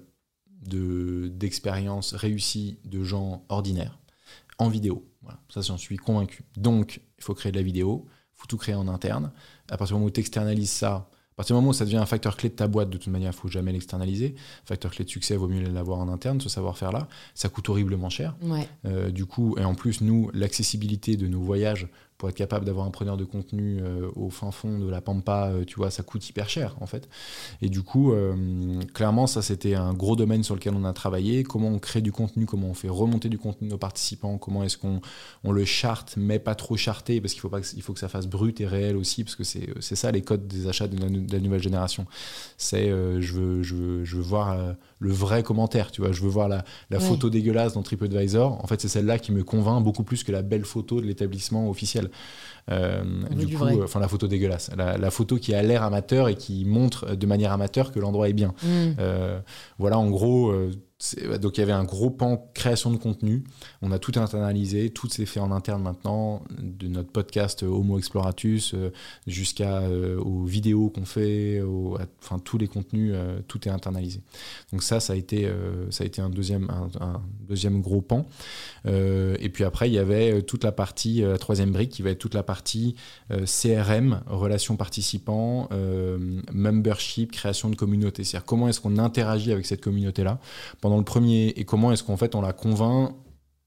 de, d'expériences réussies de gens ordinaires en vidéo. Voilà. Ça, j'en suis convaincu. Donc, il faut créer de la vidéo, il faut tout créer en interne. À partir du moment où tu externalises ça, à partir du moment où ça devient un facteur clé de ta boîte, de toute manière, il ne faut jamais l'externaliser. Facteur clé de succès, il vaut mieux l'avoir en interne, ce savoir-faire-là. Ça coûte horriblement cher. Ouais. Euh, du coup, et en plus, nous, l'accessibilité de nos voyages, pour être capable d'avoir un preneur de contenu euh, au fin fond de la Pampa, euh, tu vois, ça coûte hyper cher, en fait. Et du coup, euh, clairement, ça, c'était un gros domaine sur lequel on a travaillé. Comment on crée du contenu, comment on fait remonter du contenu de nos participants, comment est-ce qu'on on le charte, mais pas trop charté, parce qu'il faut, pas que, il faut que ça fasse brut et réel aussi, parce que c'est, c'est ça les codes des achats de la, de la nouvelle génération. C'est, euh, je, veux, je, veux, je veux voir euh, le vrai commentaire, tu vois, je veux voir la, la ouais. photo dégueulasse dans TripAdvisor. En fait, c'est celle-là qui me convainc beaucoup plus que la belle photo de l'établissement officiel. Euh, du, du coup, enfin euh, la photo dégueulasse, la, la photo qui a l'air amateur et qui montre de manière amateur que l'endroit est bien. Mmh. Euh, voilà, en gros, euh, c'est, donc il y avait un gros pan création de contenu. On a tout internalisé, tout s'est fait en interne maintenant, de notre podcast Homo Exploratus euh, jusqu'à euh, aux vidéos qu'on fait, aux, à, enfin tous les contenus, euh, tout est internalisé. Donc ça, ça a été, euh, ça a été un deuxième, un, un deuxième gros pan. Euh, et puis après, il y avait toute la partie, la troisième brique, qui va être toute la partie euh, C R M, relations participants, euh, membership, création de communauté. C'est-à-dire comment est-ce qu'on interagit avec cette communauté-là pendant le premier, et comment est-ce qu'en fait on la convainc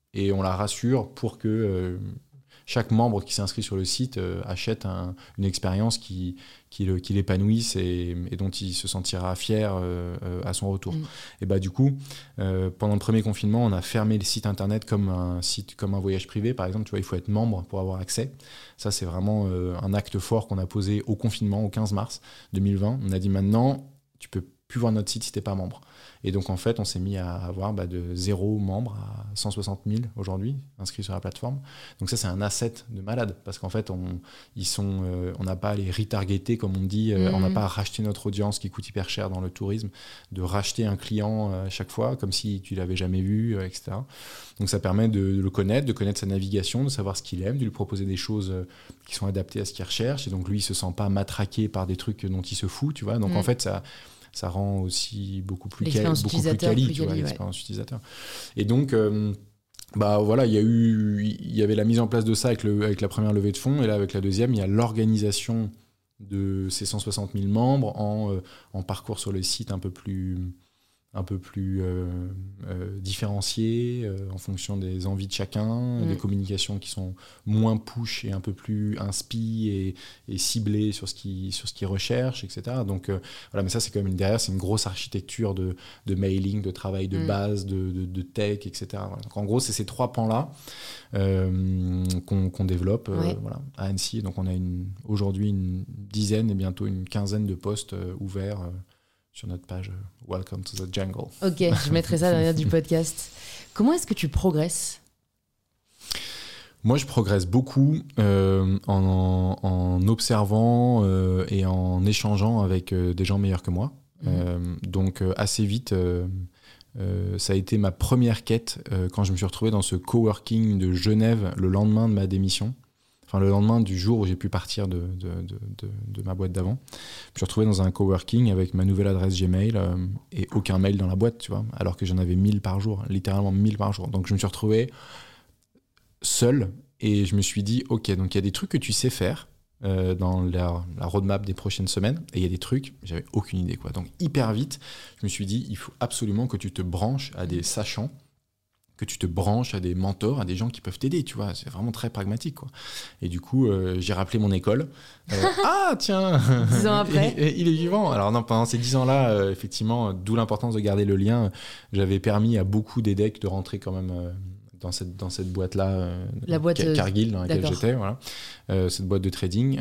et on la rassure pour que euh, chaque membre qui s'inscrit sur le site euh, achète un, une expérience qui, qui, le, qui l'épanouisse et, et dont il se sentira fier euh, euh, à son retour. Mmh. Et bah, du coup, euh, pendant le premier confinement, on a fermé le site internet comme un site, comme un voyage privé, par exemple. Tu vois, il faut être membre pour avoir accès. Ça, c'est vraiment euh, un acte fort qu'on a posé au confinement, au quinze mars deux mille vingt. On a dit maintenant, tu peux plus voir notre site si tu n'es pas membre. Et donc, en fait, on s'est mis à avoir bah, de zéro membre à cent soixante mille aujourd'hui inscrits sur la plateforme. Donc ça, c'est un asset de malade parce qu'en fait, on ils sont, euh, on n'a pas à les retargeter, comme on dit. Euh, mmh. On n'a pas à racheter notre audience qui coûte hyper cher dans le tourisme, de racheter un client à chaque fois, comme si tu ne l'avais jamais vu, euh, et cetera. Donc ça permet de, de le connaître, de connaître sa navigation, de savoir ce qu'il aime, de lui proposer des choses qui sont adaptées à ce qu'il recherche. Et donc lui, il ne se sent pas matraqué par des trucs dont il se fout, tu vois. Donc mmh. en fait, ça... ça rend aussi beaucoup plus quali, beaucoup plus quali, plus tu vois, l'expérience ouais. utilisateur. Et donc, euh, bah voilà, il y a eu, il y avait la mise en place de ça avec, le, avec la première levée de fonds, et là avec la deuxième, il y a l'organisation de ces cent soixante mille membres en, euh, en parcours sur le site un peu plus, un peu plus euh, euh, différencié euh, en fonction des envies de chacun, mmh. des communications qui sont moins push et un peu plus inspi et, et ciblées sur ce qu'ils sur ce qu'ils recherchent, et cetera. Donc euh, voilà, mais ça c'est quand même une, derrière, c'est une grosse architecture de, de mailing, de travail de mmh. base, de, de, de tech, et cetera. Voilà. Donc en gros, c'est ces trois pans-là euh, qu'on, qu'on développe euh, ouais. voilà, à Annecy. Donc on a une, aujourd'hui une dizaine et bientôt une quinzaine de postes euh, ouverts euh, sur notre page euh, Welcome to the Jungle. Ok, je mettrai ça derrière du podcast. Comment est-ce que tu progresses ? Moi, je progresse beaucoup euh, en, en observant euh, et en échangeant avec euh, des gens meilleurs que moi. Mmh. Euh, donc, euh, assez vite, euh, euh, ça a été ma première quête euh, quand je me suis retrouvé dans ce coworking de Genève le lendemain de ma démission. Enfin, le lendemain du jour où j'ai pu partir de, de, de, de, de ma boîte d'avant. Je me suis retrouvé dans un coworking avec ma nouvelle adresse Gmail euh, et aucun mail dans la boîte, tu vois, alors que j'en avais mille par jour, littéralement mille par jour. Donc je me suis retrouvé seul et je me suis dit, ok, donc il y a des trucs que tu sais faire euh, dans la, la roadmap des prochaines semaines et il y a des trucs, j'avais aucune idée, quoi. Donc hyper vite, je me suis dit, il faut absolument que tu te branches à des sachants, que tu te branches à des mentors, à des gens qui peuvent t'aider, tu vois, c'est vraiment très pragmatique, quoi. Et du coup, euh, j'ai rappelé mon école. Euh, ah, tiens Dix ans après il, il est vivant. Alors non, pendant ces dix ans-là, euh, effectivement, d'où l'importance de garder le lien, j'avais permis à beaucoup d'EDEC de rentrer quand même... Euh, dans cette, dans cette boîte-là, euh, la boîte Cargill, dans laquelle d'accord. j'étais, voilà. euh, cette boîte de trading.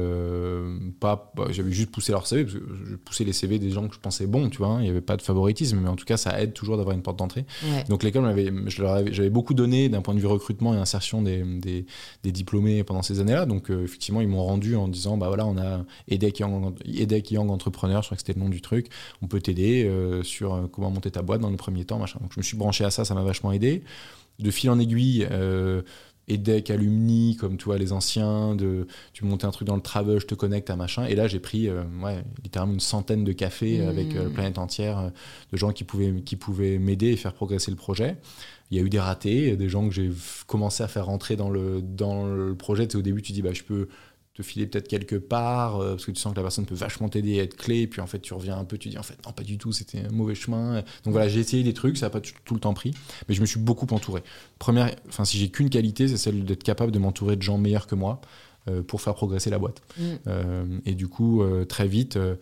Euh, pas, bah, j'avais juste poussé leur C V, parce que je poussais les C V des gens que je pensais bons, tu vois, hein, il n'y avait pas de favoritisme, mais en tout cas, ça aide toujours d'avoir une porte d'entrée. Ouais. Donc l'école, m'avait, je leur avais, j'avais beaucoup donné d'un point de vue recrutement et insertion des, des, des diplômés pendant ces années-là. Donc euh, effectivement, ils m'ont rendu en disant, bah voilà, on a EDEC Young, EDEC Young Entrepreneur, je crois que c'était le nom du truc, on peut t'aider euh, sur euh, comment monter ta boîte dans le premier temps, machin. Donc je me suis branché à ça, ça m'a vachement aidé. De fil en aiguille, euh, EDEC, alumni, comme tu vois, les anciens, de, tu montais un truc dans le travel, je te connecte à machin. Et là, j'ai pris euh, ouais, littéralement une centaine de cafés mmh. avec euh, la planète entière euh, de gens qui pouvaient, qui pouvaient m'aider et faire progresser le projet. Il y a eu des ratés, des gens que j'ai commencé à faire rentrer dans le, dans le projet. Tu sais, au début, tu dis, bah, je peux te filer peut-être quelque part, euh, parce que tu sens que la personne peut vachement t'aider à être clé, et puis en fait tu reviens un peu, tu dis en fait non pas du tout, c'était un mauvais chemin. Donc voilà, j'ai essayé des trucs, ça n'a pas tout, tout le temps pris, mais je me suis beaucoup entouré. Première, enfin si j'ai qu'une qualité, c'est celle d'être capable de m'entourer de gens meilleurs que moi euh, pour faire progresser la boîte. Mmh. Euh, et du coup, euh, très vite, euh,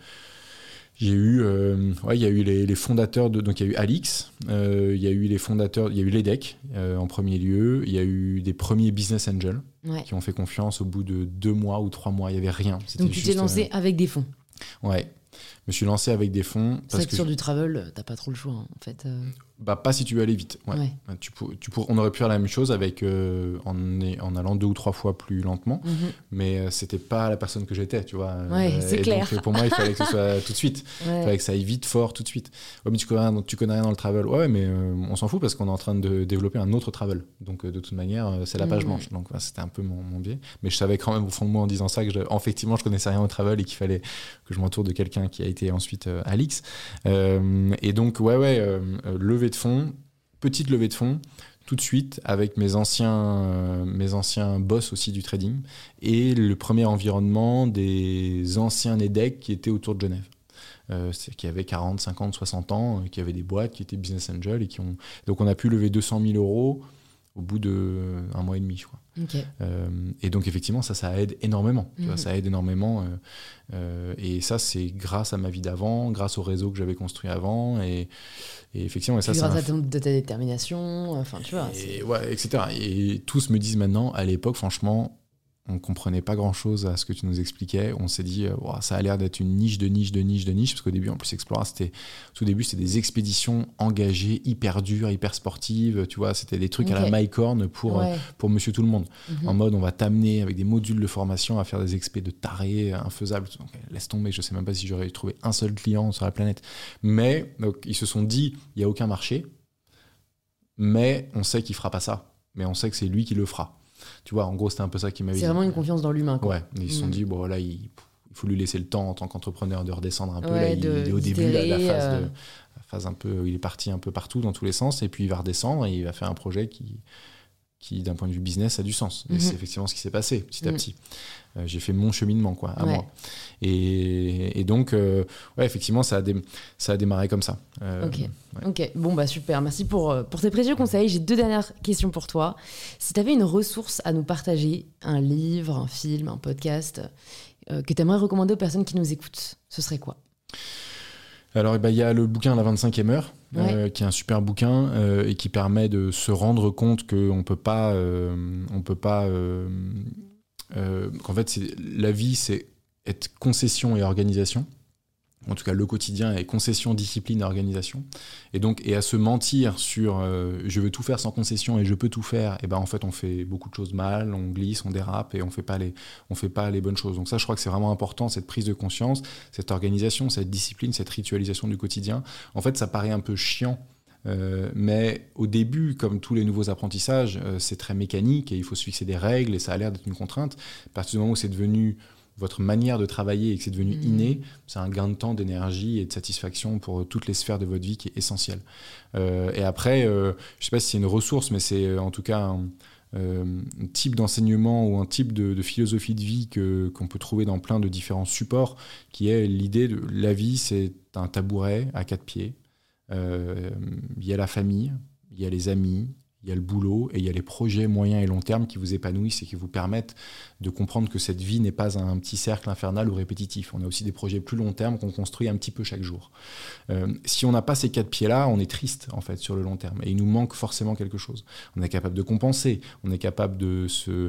j'ai eu, euh, ouais, il y a eu les, les fondateurs de, donc il y a eu Alix, euh, il y a eu les fondateurs, il y a eu l'EDEC euh, en premier lieu, il y a eu des premiers business angels ouais. qui ont fait confiance au bout de deux mois ou trois mois, il y avait rien. C'était donc tu juste, t'es lancé euh, avec des fonds. Ouais, je me suis lancé avec des fonds. C'est vrai que, que sur je... du travel, t'as pas trop le choix hein, en fait. Euh... Bah pas si tu veux aller vite. Ouais. Ouais. Tu pour, tu pour, on aurait pu faire la même chose avec euh, en, en allant deux ou trois fois plus lentement, mm-hmm. mais euh, c'était pas la personne que j'étais, tu vois. Ouais, euh, c'est et clair. Donc pour moi, il fallait que ce soit tout de suite. Ouais. Il fallait que ça aille vite, fort, tout de suite. Ouais, mais tu connais rien, tu connais rien dans le travel. Ouais, mais euh, on s'en fout parce qu'on est en train de développer un autre travel. Donc euh, de toute manière, euh, c'est la page mm-hmm. blanche. Donc ouais, c'était un peu mon, mon biais. Mais je savais quand même au fond de moi en disant ça que je, effectivement, je connaissais rien au travel et qu'il fallait que je m'entoure de quelqu'un qui a été ensuite euh, Alix. Euh, et donc ouais, ouais, euh, euh, levée de fonds. Petite levée de fonds, tout de suite, avec mes anciens, euh, mes anciens boss aussi du trading, et le premier environnement des anciens EDEC qui étaient autour de Genève. Euh, c'est, qui avaient quarante, cinquante, soixante ans, euh, qui avaient des boîtes, qui étaient business angels. Et qui ont... Donc on a pu lever deux cent mille euros au bout d'un mois et demi, je crois. Okay. Euh, et donc, effectivement, ça, ça aide énormément. Mm-hmm. Tu vois, ça aide énormément. Euh, euh, et ça, c'est grâce à ma vie d'avant, grâce au réseau que j'avais construit avant. Et, et effectivement, et ça, Puis c'est grâce un... à ton, de ta détermination, enfin, tu vois. Et, ouais, et cetera. Et tous me disent maintenant, à l'époque, franchement, on ne comprenait pas grand-chose à ce que tu nous expliquais. On s'est dit, euh, wow, ça a l'air d'être une niche de niche de niche de niche, parce qu'au début, en plus, Explora, c'était, tout au début, c'était des expéditions engagées, hyper dures, hyper sportives. Tu vois, c'était des trucs okay. à la Mycorn pour, ouais. euh, pour Monsieur Tout-le-Monde. Mm-hmm. En mode, on va t'amener avec des modules de formation à faire des expés de tarés, infaisables. Donc, laisse tomber, je ne sais même pas si j'aurais trouvé un seul client sur la planète. Mais donc, ils se sont dit, il n'y a aucun marché, mais on sait qu'il ne fera pas ça. Mais on sait que c'est lui qui le fera. Tu vois, en gros, c'était un peu ça qui m'avait dit. C'est vraiment une confiance dans l'humain, quoi. Ouais, ils se sont mmh. dit, bon, là, il, il faut lui laisser le temps en tant qu'entrepreneur de redescendre un peu. Ouais, là, de, il est au début, là, la phase, euh... de, la phase un peu, il est parti un peu partout, dans tous les sens, et puis il va redescendre et il va faire un projet qui, qui d'un point de vue business, a du sens. Et mmh. c'est effectivement ce qui s'est passé, petit à mmh. petit. Euh, j'ai fait mon cheminement, quoi, à ouais. moi. Et, et donc, euh, ouais, effectivement, ça a, dé- ça a démarré comme ça. Euh, ok, ouais. ok. Bon, bah super. Merci pour, pour tes précieux conseils. J'ai deux dernières questions pour toi. Si tu avais une ressource à nous partager, un livre, un film, un podcast, euh, que tu aimerais recommander aux personnes qui nous écoutent, ce serait quoi ? Alors, il bah, y a le bouquin La vingt-cinquième heure, ouais. euh, qui est un super bouquin euh, et qui permet de se rendre compte qu'on ne peut pas... Euh, on peut pas euh, euh, qu'en fait, c'est, la vie, c'est être concession et organisation. En tout cas, le quotidien est concession, discipline et organisation. Et donc, et à se mentir sur euh, je veux tout faire sans concession et je peux tout faire, et ben en fait, on fait beaucoup de choses mal, on glisse, on dérape et on fait pas les, on fait pas les bonnes choses. Donc ça, je crois que c'est vraiment important, cette prise de conscience, cette organisation, cette discipline, cette ritualisation du quotidien. En fait, ça paraît un peu chiant. Euh, mais au début, comme tous les nouveaux apprentissages, euh, c'est très mécanique et il faut se fixer des règles et ça a l'air d'être une contrainte. À partir du moment où c'est devenu votre manière de travailler et que c'est devenu mmh. inné, c'est un gain de temps, d'énergie et de satisfaction pour toutes les sphères de votre vie qui est essentiel. Euh, et après, euh, je ne sais pas si c'est une ressource, mais c'est en tout cas un, euh, un type d'enseignement ou un type de, de philosophie de vie que, qu'on peut trouver dans plein de différents supports, qui est l'idée de la vie, c'est un tabouret à quatre pieds. Euh, il y a la famille, il y a les amis, il y a le boulot et il y a les projets moyens et long terme qui vous épanouissent et qui vous permettent de comprendre que cette vie n'est pas un petit cercle infernal ou répétitif. On a aussi des projets plus long terme qu'on construit un petit peu chaque jour. Euh, si on n'a pas ces quatre pieds-là, on est triste en fait sur le long terme et il nous manque forcément quelque chose. On est capable de compenser, on est capable de se...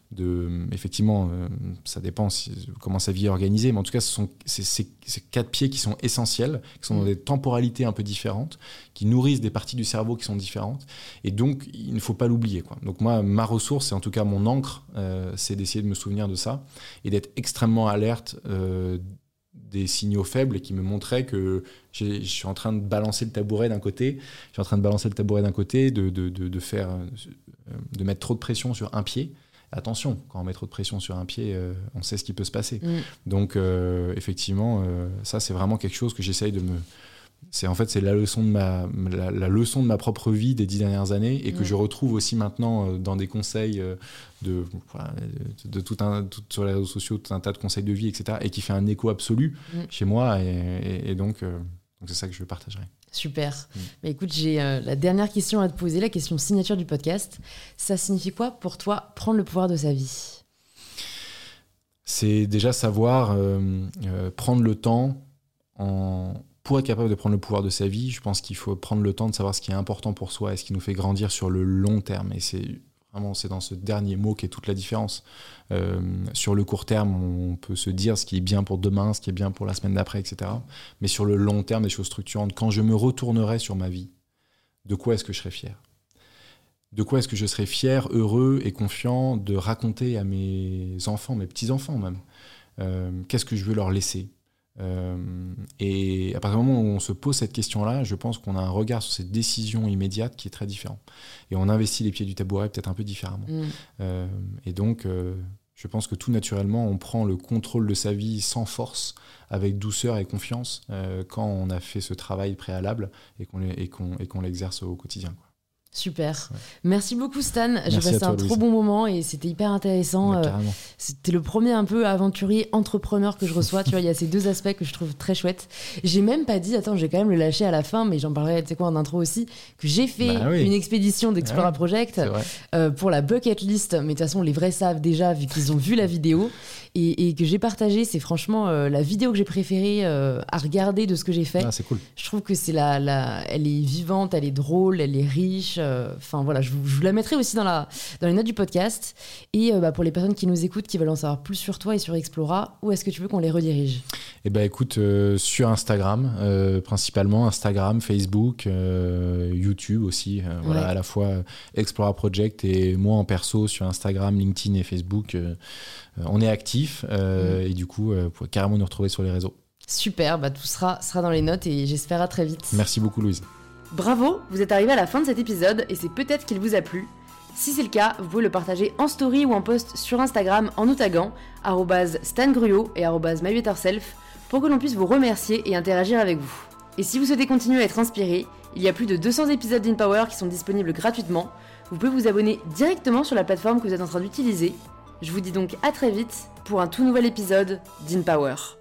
De, effectivement, euh, ça dépend si, comment sa vie est organisée, mais en tout cas, ce sont ces, ces, ces quatre pieds qui sont essentiels, qui sont dans des temporalités un peu différentes, qui nourrissent des parties du cerveau qui sont différentes, et donc il ne faut pas l'oublier, quoi. Donc moi, ma ressource, et en tout cas mon encre, euh, c'est d'essayer de me souvenir de ça, et d'être extrêmement alerte euh, des signaux faibles qui me montraient que j'ai, je suis en train de balancer le tabouret d'un côté, je suis en train de balancer le tabouret d'un côté, de, de, de, de, faire, de mettre trop de pression sur un pied. Attention, quand on met trop de pression sur un pied, euh, on sait ce qui peut se passer. Mmh. Donc, euh, effectivement, euh, ça, c'est vraiment quelque chose que j'essaye de me... C'est, en fait, c'est la leçon, de ma, la, la leçon de ma propre vie des dix dernières années et mmh. que je retrouve aussi maintenant euh, dans des conseils euh, de, voilà, de, de tout un, tout, sur les réseaux sociaux, tout un tas de conseils de vie, et cetera, et qui fait un écho absolu mmh. chez moi. Et, et, et donc, euh, donc, c'est ça que je partagerai. Super. Mmh. Bah, écoute, j'ai euh, la dernière question à te poser, la question signature du podcast. Ça signifie quoi pour toi prendre le pouvoir de sa vie ? C'est déjà savoir euh, euh, prendre le temps en... Pour être capable de prendre le pouvoir de sa vie, je pense qu'il faut prendre le temps de savoir ce qui est important pour soi et ce qui nous fait grandir sur le long terme. Et c'est vraiment c'est dans ce dernier mot qu'est toute la différence. Euh, sur le court terme, on peut se dire ce qui est bien pour demain, ce qui est bien pour la semaine d'après, et cetera. Mais sur le long terme, des choses structurantes. Quand je me retournerai sur ma vie, de quoi est-ce que je serai fier ? De quoi est-ce que je serai fier, heureux et confiant de raconter à mes enfants, mes petits-enfants même ? euh, Qu'est-ce que je veux leur laisser ? Euh, et à partir du moment où on se pose cette question-là, je pense qu'on a un regard sur cette décision immédiate qui est très différent. Et on investit les pieds du tabouret peut-être un peu différemment. Mmh. Euh, et donc, euh, je pense que tout naturellement, on prend le contrôle de sa vie sans force, avec douceur et confiance, euh, quand on a fait ce travail préalable et qu'on, et qu'on, et qu'on l'exerce au quotidien, quoi. Super. Ouais. Merci beaucoup Stan. Merci J'ai passé toi, un Louise. trop bon moment et c'était hyper intéressant. Ouais, carrément. C'était le premier un peu aventurier entrepreneur que je reçois. Tu vois, il y a ces deux aspects que je trouve très chouettes. J'ai même pas dit, attends, j'ai quand même le lâcher à la fin, mais j'en parlerai, tu sais quoi, en intro aussi, que j'ai fait bah, oui. une expédition d'Explora ah, Project euh, pour la bucket list. Mais de toute façon, les vrais savent déjà vu qu'ils ont vu la vidéo et, et que j'ai partagé. C'est franchement euh, la vidéo que j'ai préférée euh, à regarder de ce que j'ai fait. Ah, c'est cool. Je trouve que c'est la, la, elle est vivante, elle est drôle, elle est riche. Enfin euh, voilà, je vous, je vous la mettrai aussi dans, la, dans les notes du podcast. Et euh, bah, pour les personnes qui nous écoutent, qui veulent en savoir plus sur toi et sur Explora, où est-ce que tu veux qu'on les redirige ? Eh ben écoute, euh, sur Instagram, euh, principalement Instagram, Facebook, euh, YouTube aussi. Euh, voilà, ouais. À la fois Explora Project et moi en perso sur Instagram, LinkedIn et Facebook. Euh, on est actifs euh, mmh. et du coup, euh, vous pouvez carrément nous retrouver sur les réseaux. Super, bah, tout sera, sera dans les notes et j'espère à très vite. Merci beaucoup Louise. Bravo, vous êtes arrivé à la fin de cet épisode et c'est peut-être qu'il vous a plu. Si c'est le cas, vous pouvez le partager en story ou en post sur Instagram en nous taguant arobase stangruot et arobase mybetterself pour que l'on puisse vous remercier et interagir avec vous. Et si vous souhaitez continuer à être inspiré, il y a plus de deux cents épisodes d'InPower qui sont disponibles gratuitement. Vous pouvez vous abonner directement sur la plateforme que vous êtes en train d'utiliser. Je vous dis donc à très vite pour un tout nouvel épisode d'InPower.